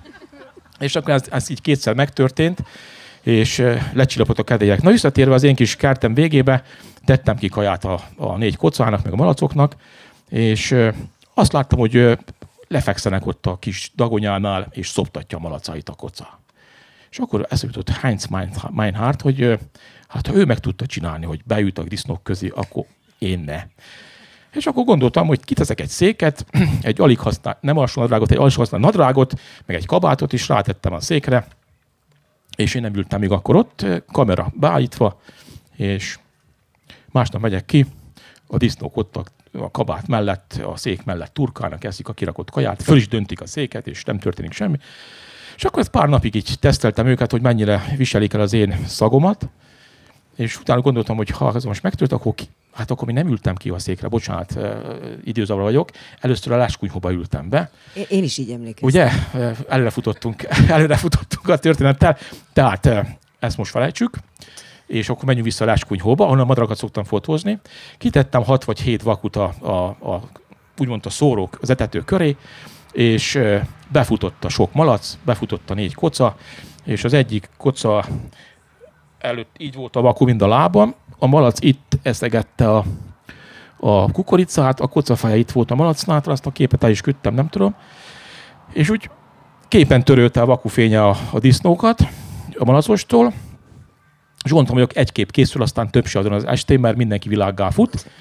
És akkor ez, ez így kétszer megtörtént, és lecsillapott a kedélyek. Na, visszatérve az én kis kertem végébe, tettem ki kaját a, a négy kocának, meg a malacoknak, és azt láttam, hogy lefekszenek ott a kis dagonyánál, és szoptatja a malacait a koca. És akkor eszembe jutott Heinz Meinhardt, hogy hát ha ő meg tudta csinálni, hogy beült a disznók közé, akkor én ne. És akkor gondoltam, hogy kiteszek egy széket, egy alig használt, nem alsó nadrágot, egy alsó használt nadrágot, meg egy kabátot is rátettem a székre, és én nem ültem még akkor ott, kamera beállítva, és másnap megyek ki, a disznók ott a, a kabát mellett, a szék mellett turkálnak, eszik a kirakott kaját, föl is döntik a széket, és nem történik semmi. És akkor ezt pár napig így teszteltem őket, hogy mennyire viselik el az én szagomat, és utána gondoltam, hogy ha ez most megtört, akkor ki, hát akkor mi nem ültem ki a székre, bocsánat, időzavar vagyok. Először a leskunyhóba ültem be. Én is így emlékeztem. Ugye? Előre futottunk, előre futottunk a történettel. Tehát ezt most felejtsük, és akkor menjünk vissza a leskunyhóba, ahol a madarakat szoktam fotózni. Kitettem hat vagy hét vakut a, a, a úgymond a szórók, az etető köré, és befutott a sok malac, befutott a négy koca, és az egyik koca előtt így volt a vaku, mind a lábam, a malac itt eszegette a, a kukoricát, a kocafeje itt volt a malacnál, azt a képet el is küldtem, nem tudom, és úgy képen törölte a vakufénye a, a disznókat a malacostól, és gondoltam, hogy egy kép készül, aztán több se azon az estén, mert mindenki világgá fut,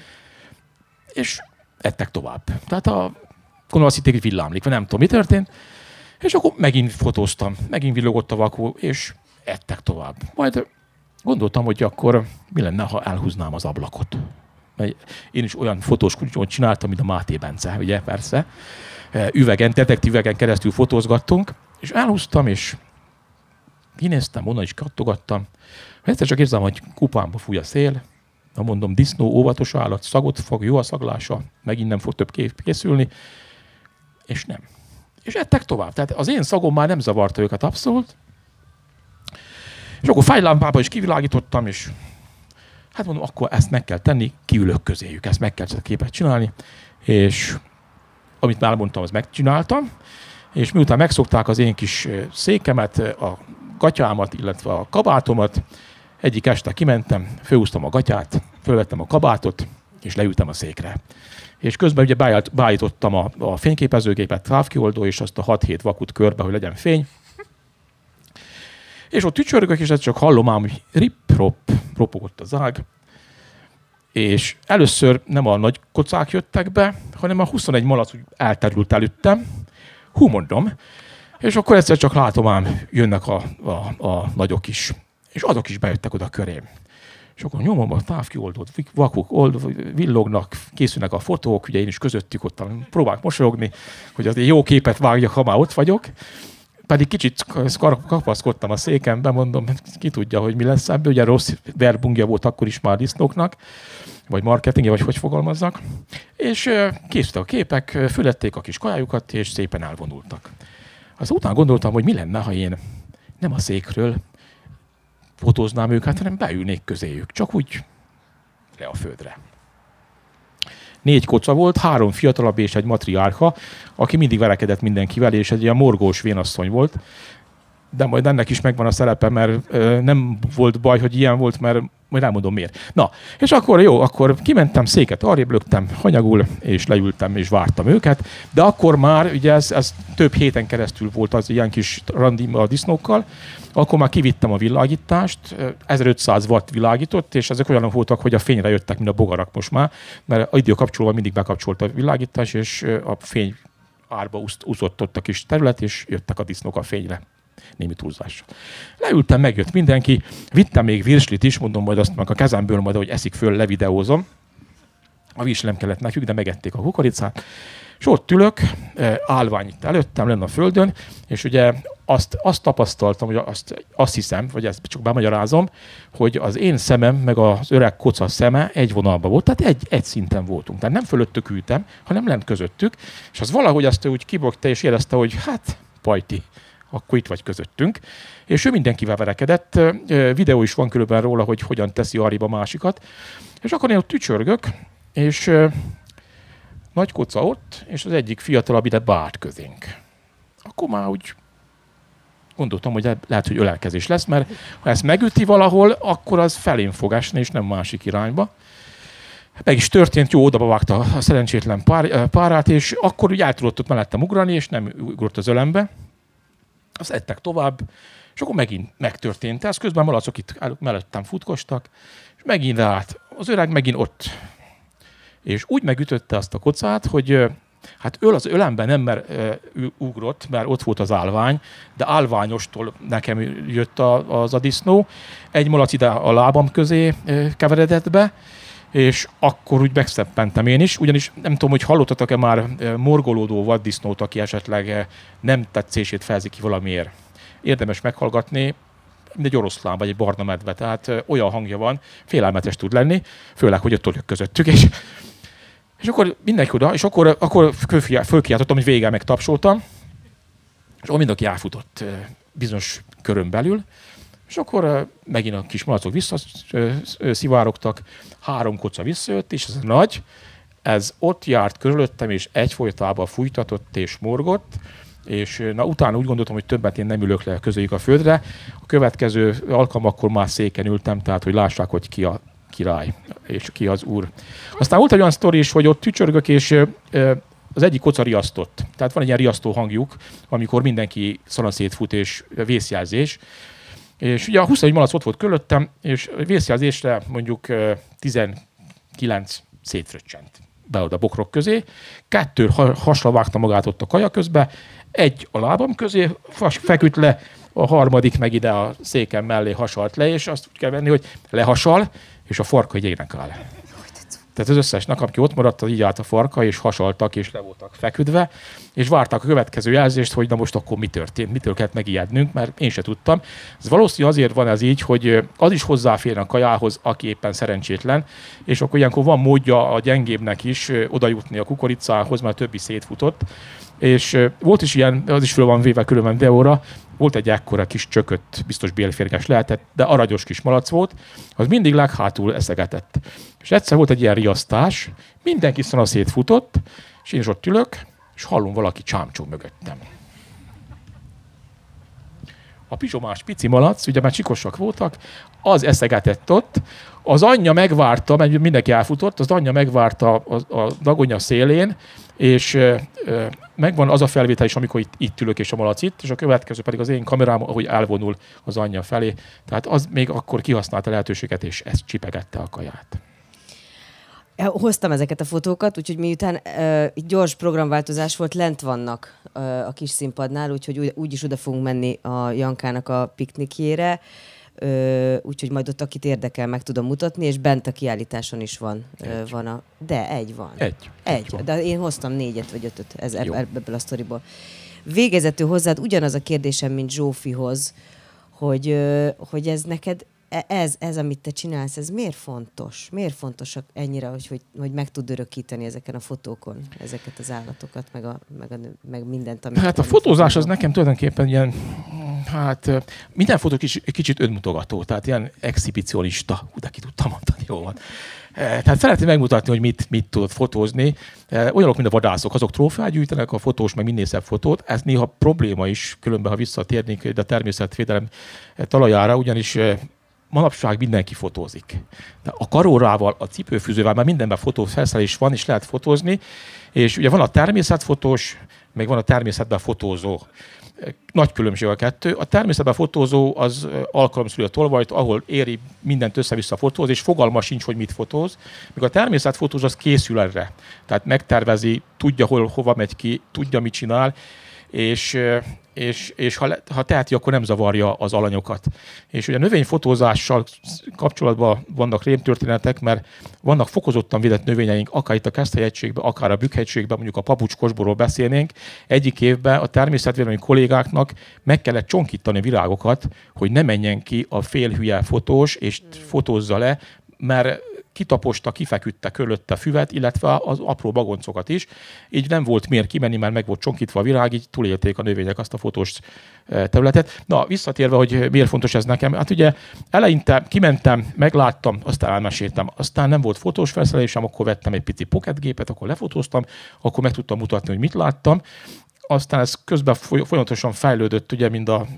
és ettek tovább. Tehát a gondolom azt hitték, hogy villámlik, vagy nem tudom, mi történt, és akkor megint fotóztam, megint villogott a vaku, és ettek tovább. Majd gondoltam, hogy akkor mi lenne, ha elhúznám az ablakot. Mert én is olyan fotós kutyót csináltam, mint a Máté Bence, ugye, persze. Üvegen, detektív üvegen keresztül fotózgattunk, és elhúztam, és kinéztem, onnan is kattogattam. Egyszer csak érzem, hogy kupámba fúj a szél, Na mondom, disznó, óvatos állat, szagot fog, jó a szaglása, megint nem fog több kép készülni. És nem. És ettek tovább. Tehát az én szagom már nem zavarta őket abszolút. És akkor fájlámpába is kivilágítottam, és hát mondom, akkor ezt meg kell tenni, kiülök közéjük, ezt meg kell ezt a képet csinálni. És amit már mondtam, azt megcsináltam. És miután megszokták az én kis székemet, a gatyámat, illetve a kabátomat, egyik este kimentem, fölhúztam a gatyát, fölvettem a kabátot, és leültem a székre. És közben ugye beállítottam a, a fényképezőgépet, távkioldó, és azt a hat-hét vakut körbe, hogy legyen fény. És ott tücsörgök, és ezt csak hallom ám, hogy rip-rop, ropogott az ág. És először nem a nagy kocák jöttek be, hanem a huszonegy malac úgy elterült előttem. Hú, mondom. És akkor egyszer csak látom ám, jönnek a, a, a nagyok is. És azok is bejöttek oda körém. És akkor nyomom a távkioldót, vakuk old, villognak, készülnek a fotók, ugye én is közöttük ott próbálok mosolyogni, hogy azért jó képet vágjak, ha már ott vagyok. Pedig kicsit kapaszkodtam a székembe, mondom, ki tudja, hogy mi lesz ebből. Ugye rossz verbungja volt akkor is már disznóknak, vagy marketingje, vagy hogy fogalmazzak. És készültek a képek, fülették a kis kajájukat, és szépen elvonultak. Aztán utána gondoltam, hogy mi lenne, ha én nem a székről fotóznám őket, hanem beülnék közéjük. Csak úgy le a földre. Négy koca volt, három fiatalabb és egy matriárka, aki mindig verekedett mindenkivel, és egy ilyen morgós vénasszony volt. De majd ennek is megvan a szerepe, mert ö, nem volt baj, hogy ilyen volt, mert majd elmondom miért. Na, és akkor jó, akkor kimentem, széket arrébb löktem hanyagul, és leültem, és vártam őket. De akkor már, ugye ez, ez több héten keresztül volt az ilyen kis randi a disznókkal, akkor már kivittem a világítást, ezerötszáz watt világított, és ezek olyanok voltak, hogy a fényre jöttek, mint a bogarak most már, mert idő kapcsolva mindig bekapcsolt a világítás, és a fény árba úszott ott a kis terület, és jöttek a disznók a fényre. Némi túlzással. Leültem, megjött mindenki, vittem még virslit is, mondom, majd azt meg a kezemből, majd ahogy eszik föl, levideózom. A virsli nem kellett nekük, de megették a kukoricát. És ott ülök, állvány itt előttem, lenne a földön, és ugye azt, azt tapasztaltam, hogy azt, azt hiszem, vagy ezt csak bemagyarázom, hogy az én szemem, meg az öreg koca szeme egy vonalban volt, tehát egy, egy szinten voltunk. Tehát nem fölöttük ültem, hanem lent közöttük, és az valahogy azt úgy kibogta, és érezte, hogy hát, pajti, akkor itt vagy közöttünk. És ő mindenkivel verekedett, videó is van körülbelül róla, hogy hogyan teszi arrébb a másikat. És akkor én ott tücsörgök, és nagy koca ott, és az egyik fiatalabb ide beállt közénk. Akkor már úgy gondoltam, hogy lehet, hogy ölelkezés lesz, mert ha ezt megüti valahol, akkor az felén fog esni, és nem másik irányba. Meg is történt, jó, oda vágta a szerencsétlen pár, párát, és akkor úgy el tudott ott mellettem ugrani, és nem ugrott az ölembe. Azt ettek tovább, és akkor megint megtörtént ez. Közben malacok itt mellettem futkostak, és megint ráállt. Az öreg megint ott. És úgy megütötte azt a kocát, hogy hát ő az ölemben nem mer, ő ugrott, mert ott volt az állvány, de állványostól nekem jött a, az a disznó. Egy malac ide a lábam közé keveredett be, és akkor úgy megszeppentem én is, ugyanis nem tudom, hogy hallottatok-e már morgolódó vaddisznót, aki esetleg nem tetszését fejezi ki valamiért. Érdemes meghallgatni, mint egy oroszlán vagy egy barna medve, tehát olyan hangja van, félelmetes tud lenni, főleg, hogy ott toljuk közöttük, és, és akkor mindenki oda, és akkor, akkor fölkiáltottam, hogy végig megtapsoltam, és akkor mindenki elfutott bizonyos körön belül, és akkor megint a kis malacok visszaszivárogtak, három koca visszajött, és ez a nagy, ez ott járt körülöttem, és egyfolytában fújtatott és morgott, és na, utána úgy gondoltam, hogy többet én nem ülök le közöljük a földre. A következő alkalmakkor már széken ültem, tehát hogy lássák, hogy ki a király, és ki az úr. Aztán volt egy olyan sztori is, hogy ott tücsörgök, és az egyik koca riasztott. Tehát van egy ilyen riasztó hangjuk, amikor mindenki szanaszét fut, és vészjelzés. És ugye a huszonegy malac ott volt körülöttem, és vészjelzésre mondjuk tizenkilenc szétfröccsent be oda bokrok közé. Kettő hasra vágta magát ott a kaja közbe, egy a lábam közé feküdt le, a harmadik meg ide a székem mellé hasalt le, és azt úgy kell venni, hogy lehasal, és a farka egy énekel. Tehát az összesnek, aki ott maradt, az így állt a farka, és hasaltak, és le voltak feküdve, és várták a következő jelzést, hogy na most akkor mi történt, mitől kellett megijednünk, mert én se tudtam. Ez valószínűleg azért van ez így, hogy az is hozzáférne a kajához, aki éppen szerencsétlen, és akkor ilyenkor van módja a gyengébbnek is oda jutni a kukoricához, mert a többi szétfutott. És volt is ilyen, az is föl van véve különben videóra, volt egy ekkora kis csökött, biztos bélférges lehetett, de aranyos kis malac volt, az mindig leghátul eszegetett. És egyszer volt egy ilyen riasztás, mindenki szana szétfutott, és én is ott ülök, és hallom valaki csámcsog mögöttem. A pizsomás pici malac, ugye már csikosak voltak, az eszegetett ott, az anyja megvárta, mert mindenki elfutott, az anyja megvárta a, a dagonya szélén, és ö, ö, megvan az a felvétel is, amikor itt, itt ülök és a malac itt, és a következő pedig az én kamerám, ahogy elvonul az anyja felé. Tehát az még akkor kihasználta a lehetőséget, és ezt csipegette a kaját. Hoztam ezeket a fotókat, úgyhogy miután uh, gyors programváltozás volt, lent vannak uh, a kis színpadnál, úgyhogy úgy, úgyis oda fogunk menni a Jankának a piknikjére, uh, úgyhogy majd ott, akit érdekel, meg tudom mutatni, és bent a kiállításon is van. Uh, van a, de egy van. Egy. Egy. egy van. De én hoztam négyet vagy ötöt ez, ebből a sztoriból. Végezetül hozzád ugyanaz a kérdésem, mint Zsófihoz, hogy, uh, hogy ez neked Ez, ez, amit te csinálsz, ez miért fontos? Miért fontos ennyire, hogy, hogy, hogy meg tud örökíteni ezeken a fotókon, ezeket az állatokat, meg, a, meg, a, meg mindent, amit... Hát a fotózás az nekem tulajdonképpen ilyen, hát minden fotó kicsit, kicsit önmutogató, tehát ilyen exhibicionista. Hú, de ki tudtam mondani, jó van. Tehát szeretném megmutatni, hogy mit, mit tudod fotózni. Olyanok, mint a vadászok, azok trófeát gyűjtenek, a fotós meg minél szebb fotót. Ez néha probléma is, különben, ha visszatérnénk de a természetvédelem talajára, ugyanis manapság mindenki fotózik. De a karórával, a cipőfűzővel már mindenben fotófelszerelés van, és lehet fotózni. És ugye van a természetfotós, meg van a természetben fotózó. Nagy különbség a kettő. A természetben fotózó az alkalomszülő a tolvajt, ahol éri mindent össze-vissza fotóz, és fogalma sincs, hogy mit fotóz. Míg a természetfotóz az készül erre. Tehát megtervezi, tudja, hol, hova megy ki, tudja, mit csinál, és, és, és ha, ha teheti, akkor nem zavarja az alanyokat. És ugye a növényfotózással kapcsolatban vannak rémtörténetek, mert vannak fokozottan védett növényeink, akár itt a Keszthelyhegységben, akár a Bükk-hegységben, mondjuk a papucskosborról beszélnénk. Egyik évben a természetvédelmi kollégáknak meg kellett csonkítani virágokat, hogy ne menjen ki a félhülye fotós, és fotózza le, mert kitaposta, kifeküdte körülötte a füvet, illetve az apró bagoncokat is. Így nem volt miért kimenni, mert meg volt csonkítva a virág, így túlélték a növények azt a fotós területet. Na, visszatérve, hogy miért fontos ez nekem. Hát ugye eleinte kimentem, megláttam, aztán elmeséltem. Aztán nem volt fotós felszerelésem, akkor vettem egy pici pocketgépet, akkor lefotóztam, akkor meg tudtam mutatni, hogy mit láttam. Aztán ez közben folyamatosan fejlődött, ugye, mind a,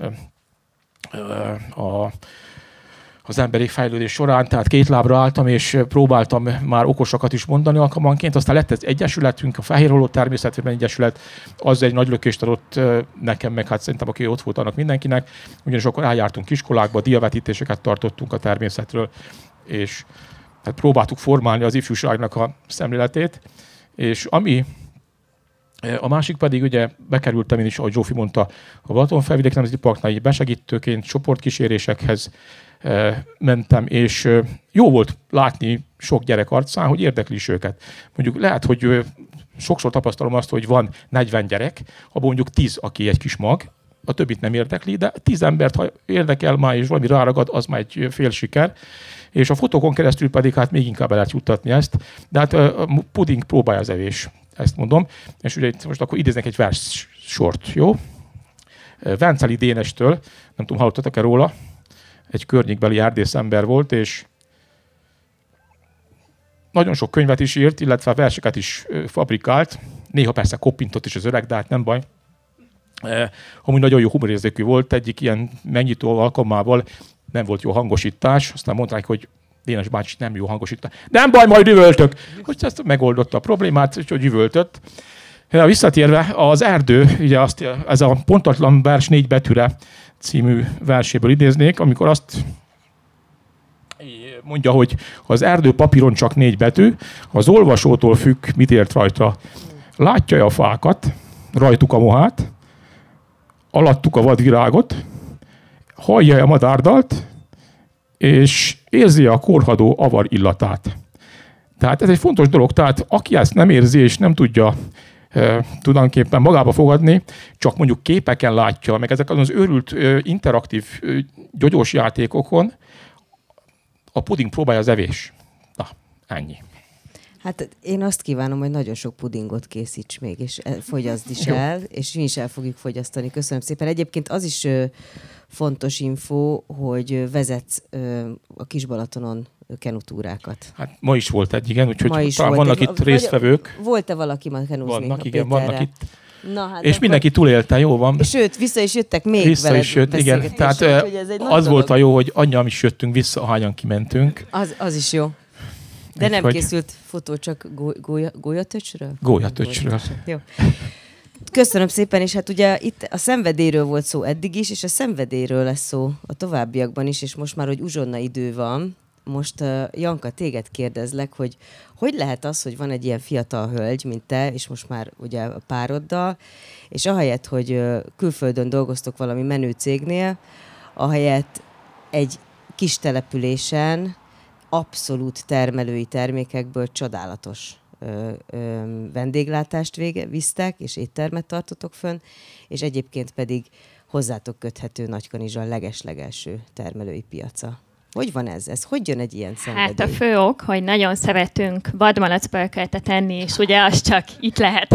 a az emberi fejlődés során, tehát két lábra álltam, és próbáltam már okosakat is mondani alkalmanként. Aztán lett egy egyesületünk, a Fehér Holló Természetvédelmi Egyesület, az egy nagy lökést adott nekem, meg hát szerintem aki ott volt, annak mindenkinek. Ugyanis akkor eljártunk iskolákba, diavetítéseket tartottunk a természetről, és hát próbáltuk formálni az ifjúságnak a szemléletét. És ami a másik pedig, ugye bekerültem én is, ahogy Zsófi mondta, a Balatonfelvidék Nemzeti Parknál besegítőként csoportkísérésekhez mentem, és jó volt látni sok gyerek arcán, hogy érdekli is őket. Mondjuk lehet, hogy sokszor tapasztalom azt, hogy van negyven gyerek, abban mondjuk tíz, aki egy kis mag, a többit nem érdekli, de tíz embert, ha érdekel már, és valami ráragad, az már egy fél siker. És a fotókon keresztül pedig hát még inkább el lehet juttatni ezt. De hát a puding próbálja az evés, ezt mondom. És ugye most akkor idéznek egy vers sort, jó? Venceli Dénestől, nem tudom, hallottatok-e róla? Egy környékbeli erdész ember volt, és nagyon sok könyvet is írt, illetve verseket is fabrikált. Néha persze koppintott is az öreg, de hát nem baj. Eh, amúgy nagyon jó humorérzékű volt, egyik ilyen megnyitó alkalmával nem volt jó hangosítás, aztán mondták, hogy Dénes bácsi nem jó hangosítás. Nem baj, majd üvöltök! Hogy ezt megoldotta a problémát, és hogy üvöltött. Ja, visszatérve, az erdő, ugye azt, ez a Pontatlan vers négy betűre című verséből idéznék, amikor azt mondja, hogy az erdő papíron csak négy betű, az olvasótól függ, mit ért rajta. Látja a fákat, rajtuk a mohát, alattuk a vadvirágot, hallja a madárdalt, és érzi a korhadó avar illatát. Tehát ez egy fontos dolog. Tehát aki ezt nem érzi és nem tudja e, tulajdonképpen magába fogadni, csak mondjuk képeken látja, meg ezek az őrült e, interaktív e, gyogyós játékokon, a puding próbálja az evés. Na, ennyi. Hát én azt kívánom, hogy nagyon sok pudingot készíts még, és fogyaszd is el, és mi is el fogjuk fogyasztani. Köszönöm szépen. Egyébként az is ö, fontos info, hogy vezetsz ö, a Kisbalatonon kenutúrákat. Hát ma is volt egy, igen, úgyhogy talán vannak egy, itt résztvevők. Volt-e valaki ma kenúzni? Vannak, igen, vannak itt. Na, hát és akkor... mindenki túlélte, jó van. És sőt, vissza is jöttek még vissza veled is jött, igen. Tehát az dolog. Volt a jó, hogy annyian is jöttünk vissza, ahányan kimentünk. Az, az is jó. De nem hogy... készült fotó, csak gólya, gólyatöcsről? Gólyatöcsről. Jó. Köszönöm szépen, és hát ugye itt a szenvedélyről volt szó eddig is, és a szenvedélyről lesz szó a továbbiakban is, és most már, hogy uzsonna idő van, most uh, Janka, téged kérdezlek, hogy hogy lehet az, hogy van egy ilyen fiatal hölgy, mint te, és most már ugye a pároddal, és ahelyett, hogy uh, külföldön dolgoztok valami menő cégnél, ahelyett egy kis településen abszolút termelői termékekből csodálatos ö, ö, vendéglátást vége, visztek, és éttermet tartotok fönn, és egyébként pedig hozzátok köthető Nagykanizsa legeslegelső termelői piaca. Hogy van ez? Ez hogy jön egy ilyen szenvedély? Hát a fő ok, hogy nagyon szeretünk vadmalacpörköltet enni, és ugye az csak itt lehet.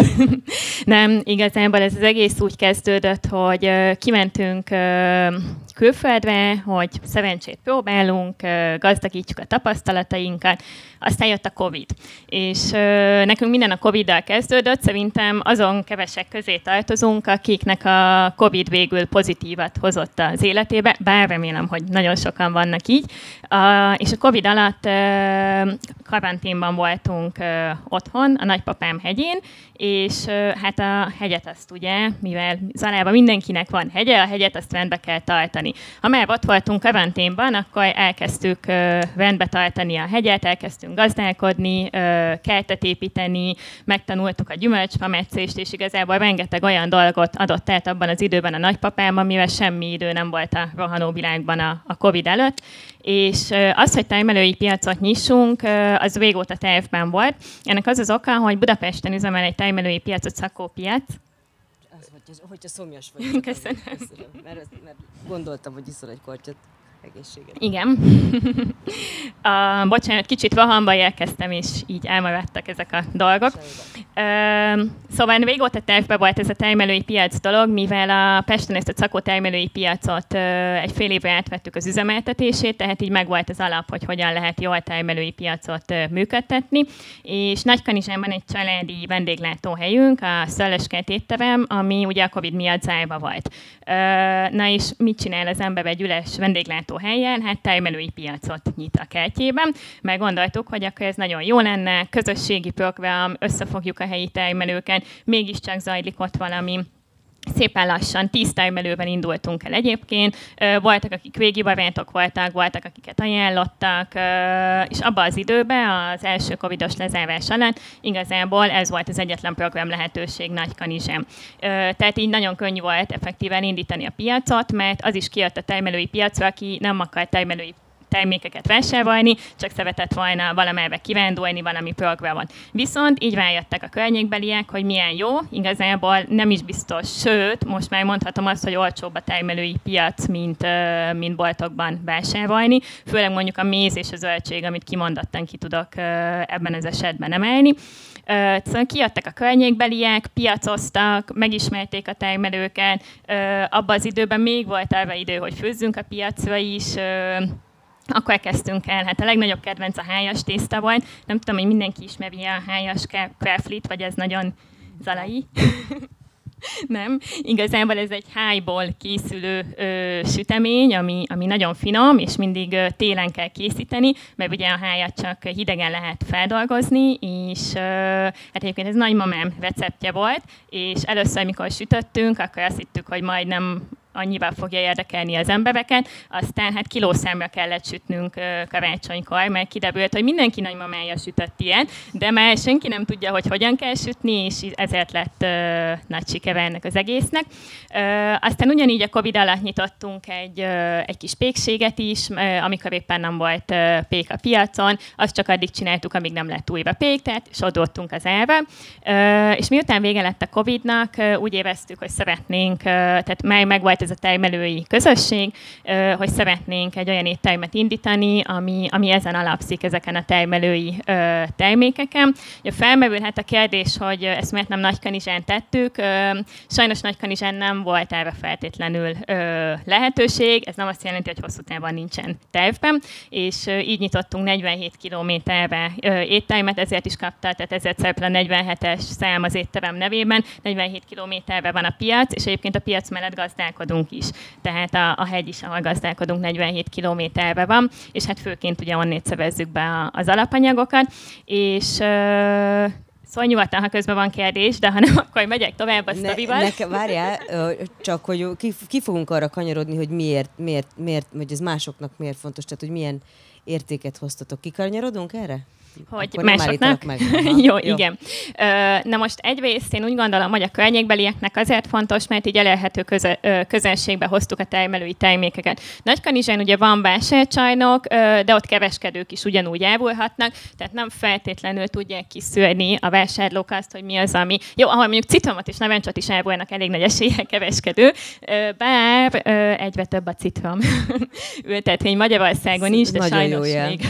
Nem, igazából ez az egész úgy kezdődött, hogy uh, kimentünk uh, külföldre, hogy szerencsét próbálunk, uh, gazdagítjuk a tapasztalatainkat, aztán jött a Covid. És uh, nekünk minden a Coviddal kezdődött, szerintem azon kevesek közé tartozunk, akiknek a Covid végül pozitívat hozott az életébe, bár remélem, hogy nagyon sokan vannak így. Uh, és a Covid alatt uh, karanténban voltunk uh, otthon, a nagypapám hegyén, és uh, hát a hegyet azt ugye, mivel Zalában mindenkinek van hegye, a hegyet azt rendbe kell tartani. Ha már ott voltunk karanténban, akkor elkezdtük uh, rendbe tartani a hegyet, elkezdtünk gazdálkodni, uh, kertet építeni, megtanultuk a gyümölcsfametszést, és igazából rengeteg olyan dolgot adott át abban az időben a nagypapám, amivel semmi idő nem volt a rohanó világban a, a Covid előtt. És az, hogy termelői piacot nyissunk, az régóta tervben volt. Ennek az az oka, hogy Budapesten üzemel egy termelői piacot, Szakó piac. Az, hogyha, hogyha szomjas vagy. Köszönöm. Köszönöm. Mert, mert gondoltam, hogy iszol egy kortyot. Egészséget. Igen. uh, bocsánat, kicsit vahamba érkeztem, és így elmaradtak ezek a dolgok. Uh, szóval régóta tervben volt ez a termelői piac dolog, mivel a Pesten ezt a Szakó termelői piacot uh, egy fél évre átvettük az üzemeltetését, tehát így megvolt az alap, hogy hogyan lehet jól termelői piacot uh, működtetni. És Nagykanizsán van egy családi vendéglátóhelyünk, a Szöllőskert étterem, ami ugye a Covid miatt zárva volt. Uh, na és mit csinál az ember egy üles vendéglátó helyen? Hát termelői piacot nyit a kertjében, mert gondoltuk, hogy akkor ez nagyon jó lenne, közösségi program, összefogjuk a helyi termelőket, mégiscsak zajlik ott valami. Szépen lassan, tíz termelőben indultunk el egyébként, voltak, akik régi barátok voltak, voltak, akiket ajánlottak, és abban az időben, az első covidos lezárás alatt igazából ez volt az egyetlen program lehetőség Nagykanizsán. Tehát így nagyon könnyű volt effektíven indítani a piacot, mert az is kijött a termelői piacra, aki nem akar termelői termékeket vásárolni, csak szeretett volna valamelyibe kirándulni, valami programot. Viszont így rájöttek a környékbeliek, hogy milyen jó, igazából nem is biztos, sőt, most már mondhatom azt, hogy olcsóbb a termelői piac, mint, mint boltokban vásárolni, főleg mondjuk a méz és a zöldség, amit kimondottan ki tudok ebben az esetben emelni. Szóval kijöttek a környékbeliek, piacoztak, megismerték a termelőket, abban az időben még volt arra idő, hogy főzzünk a piacra is, akkor kezdtünk el. Hát a legnagyobb kedvenc a hájas tészta volt. Nem tudom, hogy mindenki ismeri a hájas kraflit, vagy ez nagyon zalai. Nem. Igazából ez egy hájból készülő ö, sütemény, ami, ami nagyon finom, és mindig ö, télen kell készíteni, mert ugye a hájat csak hidegen lehet feldolgozni, és ö, hát egyébként ez nagymamám receptje volt, és először, amikor sütöttünk, akkor azt hittük, hogy majdnem annyival fogja érdekelni az embereket. Aztán hát kilószámra kellett sütnünk karácsonykor, mert kiderült, hogy mindenki nagymamája sütött ilyet, de már senki nem tudja, hogy hogyan kell sütni, és ezért lett uh, nagy sikere ennek az egésznek. Uh, aztán ugyanígy a Covid alatt nyitottunk egy, uh, egy kis pékséget is, uh, amikor éppen nem volt uh, pék a piacon, azt csak addig csináltuk, amíg nem lett újra pék, tehát sodortunk az elve. Uh, és miután vége lett a Covidnak, uh, úgy éreztük, hogy szeretnénk, uh, tehát már megvolt ez a termelői közösség, uh, hogy szeretnénk egy olyan éttermet indítani, ami, ami ezen alapszik, ezeken a termelői uh, termékeken. Ja, felmerülhet a kérdés, hogy ezt miért nem Nagykanizsán tettük. Sajnos Nagykanizsán nem volt erre feltétlenül lehetőség, ez nem azt jelenti, hogy hosszú távon nincsen tervben, és így nyitottunk negyvenhét kilométerre éttermet, ezért is kapta, tehát ezért szerepel a negyvenhetes szám az étterem nevében, negyvenhét kilométerre van a piac, és egyébként a piac mellett gazdálkodunk is, tehát a, a hegy is, ahol gazdálkodunk, negyvenhét kilométerre van, és hát főként ugye onnét szerezzük be az alapanyagokat, és szóval nyugodtan, ha közben van kérdés, de ha nem, akkor megyek tovább a ne, sztorival. Nekem, várjál, csak hogy ki, ki fogunk arra kanyarodni, hogy miért, miért, miért, hogy ez másoknak miért fontos, tehát hogy milyen értéket hoztatok. Kikanyarodunk erre? Hogy akkor másoknak? Meg. Jó, Jó, igen. Na most egyrészt én úgy gondolom, hogy a környékbelieknek azért fontos, mert így elérhető köze, közelségbe hoztuk a termelői termékeket. Nagykanizsán ugye van vásárcsarnok, de ott kereskedők is ugyanúgy elvulhatnak, tehát nem feltétlenül tudják kiszűrni a vásárlók azt, hogy mi az, ami... Jó, ahol mondjuk citromot és narancsot is elvulnak elég nagy eséllyel kereskedő, bár egyre több a citrom ültetvény Magyarországon is, de nagyon sajnos jó még...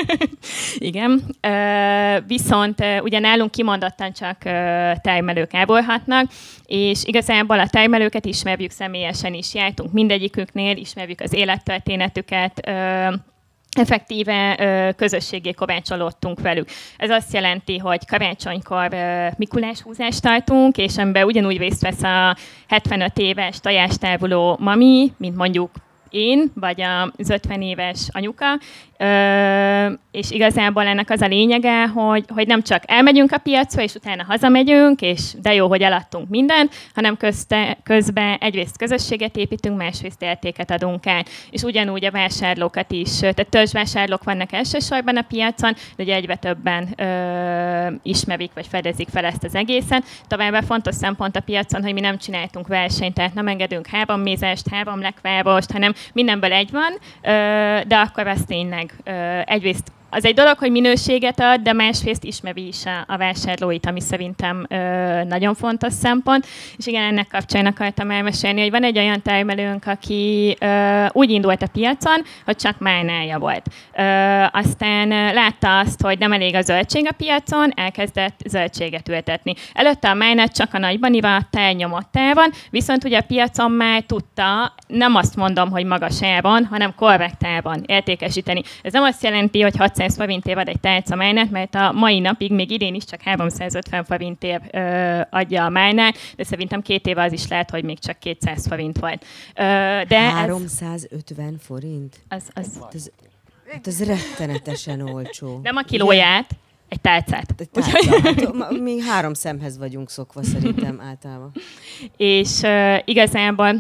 igen. Uh, viszont uh, ugye nálunk kimondottan csak uh, termelők elborhatnak, és igazából a termelőket ismerjük személyesen is, jártunk mindegyiküknél, ismerjük az élettörténetüket, uh, effektíve ö, közösségé kovácsolódtunk velük. Ez azt jelenti, hogy karácsonykor ö, Mikulás húzást tartunk, és amiben ugyanúgy részt vesz a hetvenöt éves tojástávuló mami, mint mondjuk én, vagy az ötven éves anyuka, Ö, és igazából ennek az a lényege, hogy, hogy nem csak elmegyünk a piacra, és utána hazamegyünk, és de jó, hogy eladtunk mindent, hanem közte, közben egyrészt közösséget építünk, másrészt értéket adunk át. És ugyanúgy a vásárlókat is, tehát törzsvásárlók vannak elsősorban a piacon, de ugye egyre többen ö, ismerik, vagy fedezik fel ezt az egészet. Továbbá fontos szempont a piacon, hogy mi nem csináltunk versenyt, tehát nem engedünk három mézest, három lekvárost, hanem mindenből egy van, ö, de akkor az tényleg egyrészt az egy dolog, hogy minőséget ad, de másrészt ismeri is a, a vásárlóit, ami szerintem ö, nagyon fontos szempont. És igen, ennek kapcsán akartam elmesélni, hogy van egy olyan termelőnk, aki ö, úgy indult a piacon, hogy csak májnája volt. Ö, aztán látta azt, hogy nem elég a zöldség a piacon, elkezdett zöldséget ültetni. Előtte a májnát csak a nagybanival elnyomottában, viszont ugye a piacon már tudta, nem azt mondom, hogy magas áron, hanem korrektában értékesíteni. Ez nem azt jelenti, hogy hatszáz forintért ad egy tálca májnát, mert a mai napig, még idén is csak háromszázötven forintért ö, adja a májnát, de szerintem két éve az is lehet, hogy még csak kétszáz forint volt. Ö, de háromszázötven ez, forint? Az, az, ez, ez rettenetesen olcsó. Nem a kilóját, egy tálcát. Egy tálca. Hát, mi három szemhez vagyunk szokva szerintem általában. És uh, igazából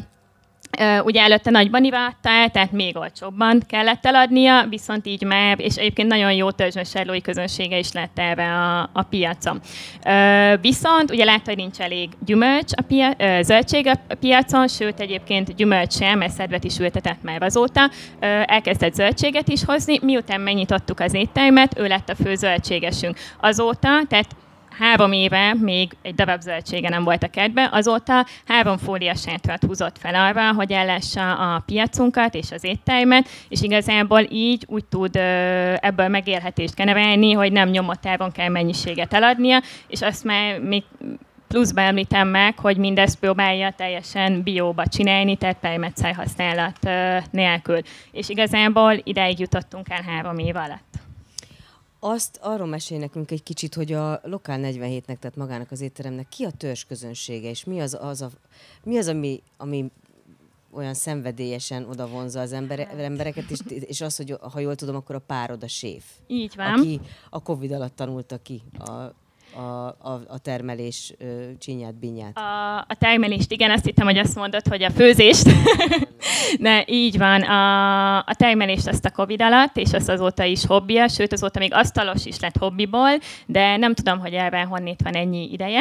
Uh, ugye előtte nagyban ivatta el, tehát még olcsóbban kellett eladnia, viszont így már, és egyébként nagyon jó törzsvásárlói közönsége is lett erre a, a piacon. Uh, viszont ugye látta, hogy nincs elég gyümölcs a pia- uh, zöldség a piacon, sőt egyébként gyümölcs sem, mert szedvet is ültetett már azóta, uh, elkezdett zöldséget is hozni, miután megnyitottuk az éttermet, ő lett a fő zöldségesünk. Azóta, tehát három éve még egy darab zöldsége nem volt a kertben, azóta három fóliasátrat húzott fel arra, hogy ellássa a piacunkat és az éttermet, és igazából így úgy tud ebből megélhetést generálni, hogy nem nyomott áron kell mennyiséget eladnia, és azt már még pluszba említem meg, hogy mindezt próbálja teljesen bióba csinálni, tehát permetszaj használat nélkül. És igazából ideig jutottunk el három év alatt. Azt arról mesél nekünk egy kicsit, hogy a Lokál negyvenhétnek, tehát magának az étteremnek ki a törzsközönsége, és mi az, az, a, mi az ami, ami olyan szenvedélyesen oda vonza az ember, embereket, és, és az, hogy ha jól tudom, akkor a párod a séf. Így van. Aki a Covid alatt tanulta ki a a, a, a termelés csinyát, binyát? A, a termelést, igen, azt hittem, hogy azt mondod, hogy a főzést. De így van, a, a termelést azt a Covid alatt, és az azóta is hobbija, sőt azóta még asztalos is lett hobbiból, de nem tudom, hogy elben honnét van ennyi ideje.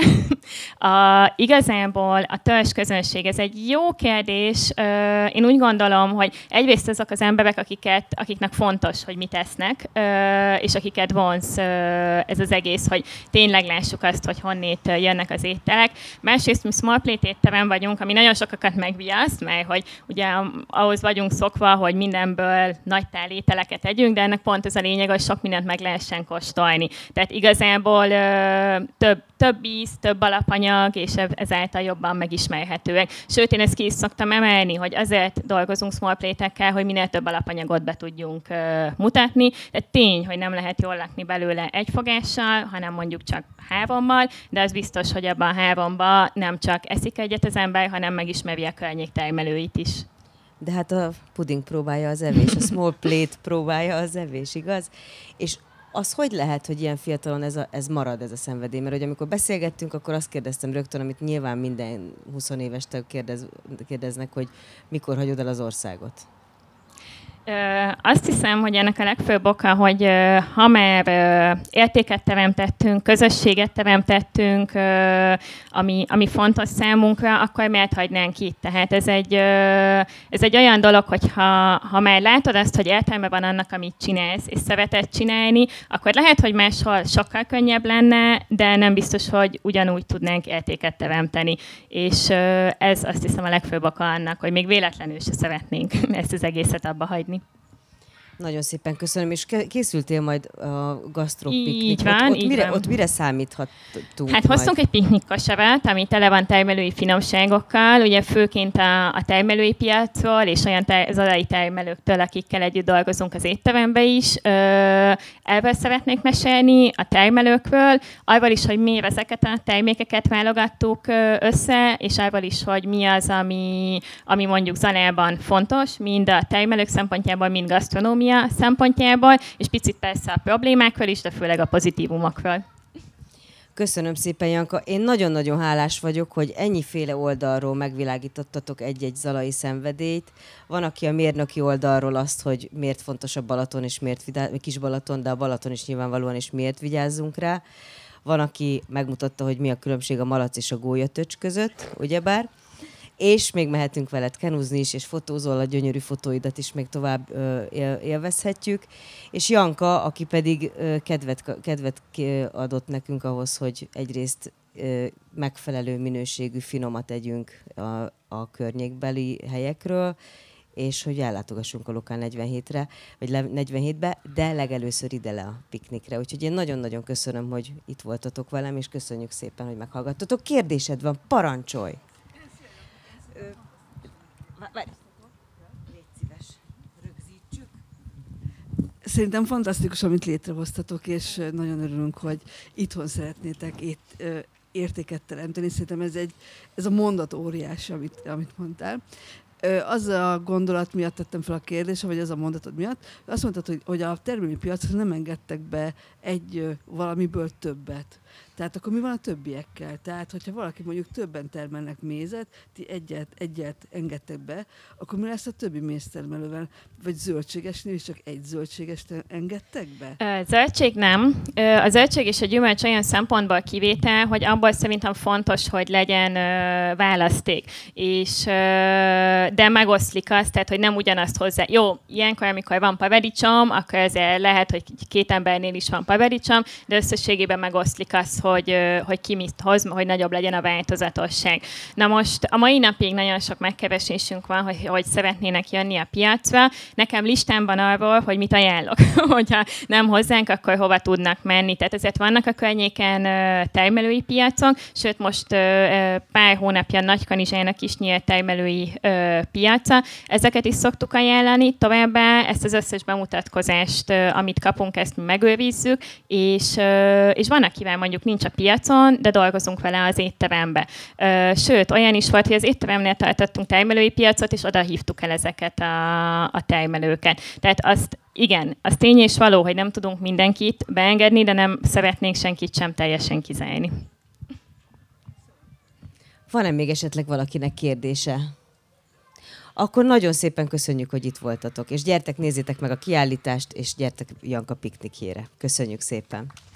A, igazából a törzs közönség, ez egy jó kérdés. Én úgy gondolom, hogy egyrészt azok az emberek, akiket, akiknek fontos, hogy mit esznek, és akiket vonz ez az egész, hogy tényleg lássuk azt, hogy honnét jönnek az ételek. Másrészt mi small plate étterem vagyunk, ami nagyon sokakat megviaszt, mert hogy ugye ahhoz vagyunk szokva, hogy mindenből nagy tál ételeket együnk, de ennek pont ez a lényeg, hogy sok mindent meg lehessen kóstolni. Tehát igazából több, több íz, több alapanyag, és ezáltal jobban megismerhetőek. Sőt, én ezt ki is szoktam emelni, hogy azért dolgozunk small plate-ekkel, hogy minél több alapanyagot be tudjunk mutatni. Tehát tény, hogy nem lehet jól lakni belőle egy fogással, hanem mondjuk csak hárommal, de az biztos, hogy abban a háromban nem csak eszik egyet az ember, hanem megismeri a környék termelőit is. De hát a puding próbálja az evés, a small plate próbálja az evés, igaz? És az hogy lehet, hogy ilyen fiatalon ez, a, ez marad, ez a szenvedély? Mert hogy amikor beszélgettünk, akkor azt kérdeztem rögtön, amit nyilván minden húsz éves kérdez, kérdeznek, hogy mikor hagyod el az országot? Ö, azt hiszem, hogy ennek a legfőbb oka, hogy ö, ha már ö, értéket teremtettünk, közösséget teremtettünk, ö, ami, ami fontos számunkra, akkor miért hagynánk itt? Tehát ez egy, ö, ez egy olyan dolog, hogy ha, ha már látod azt, hogy értelme van annak, amit csinálsz, és szereted csinálni, akkor lehet, hogy máshol sokkal könnyebb lenne, de nem biztos, hogy ugyanúgy tudnánk értéket teremteni. És ö, ez azt hiszem a legfőbb oka annak, hogy még véletlenül se szeretnénk ezt az egészet abba hagyni. Nagyon szépen köszönöm, és készültél majd a gasztropiknik. Így van, ott, ott, így mire, van. Ott mire számíthatunk? Hát hoztunk egy piknikkosarat, ami tele van termelői finomságokkal, ugye főként a, a termelői piacról, és olyan ter, zalai termelőktől, akikkel együtt dolgozunk az étterembe is. Erről szeretnék mesélni, a termelőkről, arról is, hogy miért ezeket a termékeket válogattuk össze, és arról is, hogy mi az, ami, ami mondjuk Zalában fontos, mind a termelők szempontjából, mind gasztronómia szempontjából, és picit persze a problémákról is, de főleg a pozitívumokról. Köszönöm szépen, Janka. Én nagyon-nagyon hálás vagyok, hogy ennyiféle oldalról megvilágítottatok egy-egy zalai szenvedélyt. Van, aki a mérnöki oldalról azt, hogy miért fontos a Balaton, és miért kis Balaton, de a Balaton is nyilvánvalóan, és miért vigyázzunk rá. Van, aki megmutatta, hogy mi a különbség a malac és a gólyatöcs között, ugyebár. És még mehetünk veled kenúzni is, és fotózol, a gyönyörű fotóidat is még tovább ö, élvezhetjük. És Janka, aki pedig ö, kedvet, kedvet adott nekünk ahhoz, hogy egyrészt ö, megfelelő minőségű finomat tegyünk a, a környékbeli helyekről, és hogy ellátogassunk a Lokál negyvenhétre, vagy negyvenhétbe, de legelőször ide le a piknikre. Úgyhogy én nagyon-nagyon köszönöm, hogy itt voltatok velem, és köszönjük szépen, hogy meghallgattatok. Kérdésed van, parancsolj! Várj! Légy szíves, rögzítsük. Szerintem fantasztikus, amit létrehoztatok, és nagyon örülünk, hogy itthon szeretnétek ét, értéket teremteni. Szerintem ez, egy, ez a mondat óriási, amit, amit mondtál. Az a gondolat miatt tettem fel a kérdést, vagy az a mondatod miatt, azt mondtad, hogy, hogy a termelői piacra nem engedtek be egy valamiből többet. Tehát akkor mi van a többiekkel? Tehát, hogyha valaki mondjuk többen termelnek mézet, ti egyet, egyet engedtek be, akkor mi lesz a többi méztermelővel? Vagy zöldségesnél is csak egy zöldségest engedtek be? Zöldség nem. A zöldség és a gyümölcs olyan szempontból kivétel, hogy abból szerintem fontos, hogy legyen választék. És, de megoszlik azt, tehát, hogy nem ugyanazt hozzá. Jó, ilyenkor, amikor van paradicsom, akkor ezért lehet, hogy két embernél is van paradicsom, de összességében megoszlik az, hogy, hogy ki mit hoz, hogy nagyobb legyen a változatosság. Na most a mai napig nagyon sok megkeresésünk van, hogy, hogy szeretnének jönni a piacra. Nekem listám van arról, hogy mit ajánlok. Hogyha nem hozzánk, akkor hova tudnak menni. Tehát ezért vannak a környéken termelői piacok, sőt most pár hónapja Nagykanizsának is nyílt termelői piaca. Ezeket is szoktuk ajánlani. Továbbá ezt az összes bemutatkozást, amit kapunk, ezt mi megőrizzük, és, és van, akivel mondjuk nincs a piacon, de dolgozunk vele az étterembe. Sőt, olyan is volt, hogy az étteremnél tartottunk termelői piacot, és oda hívtuk el ezeket a, a termelőket. Tehát azt igen, az tény és való, hogy nem tudunk mindenkit beengedni, de nem szeretnénk senkit sem teljesen kizárni. Van-e még esetleg valakinek kérdése? Akkor nagyon szépen köszönjük, hogy itt voltatok, és gyertek, nézzétek meg a kiállítást, és gyertek Janka piknikjére. Köszönjük szépen!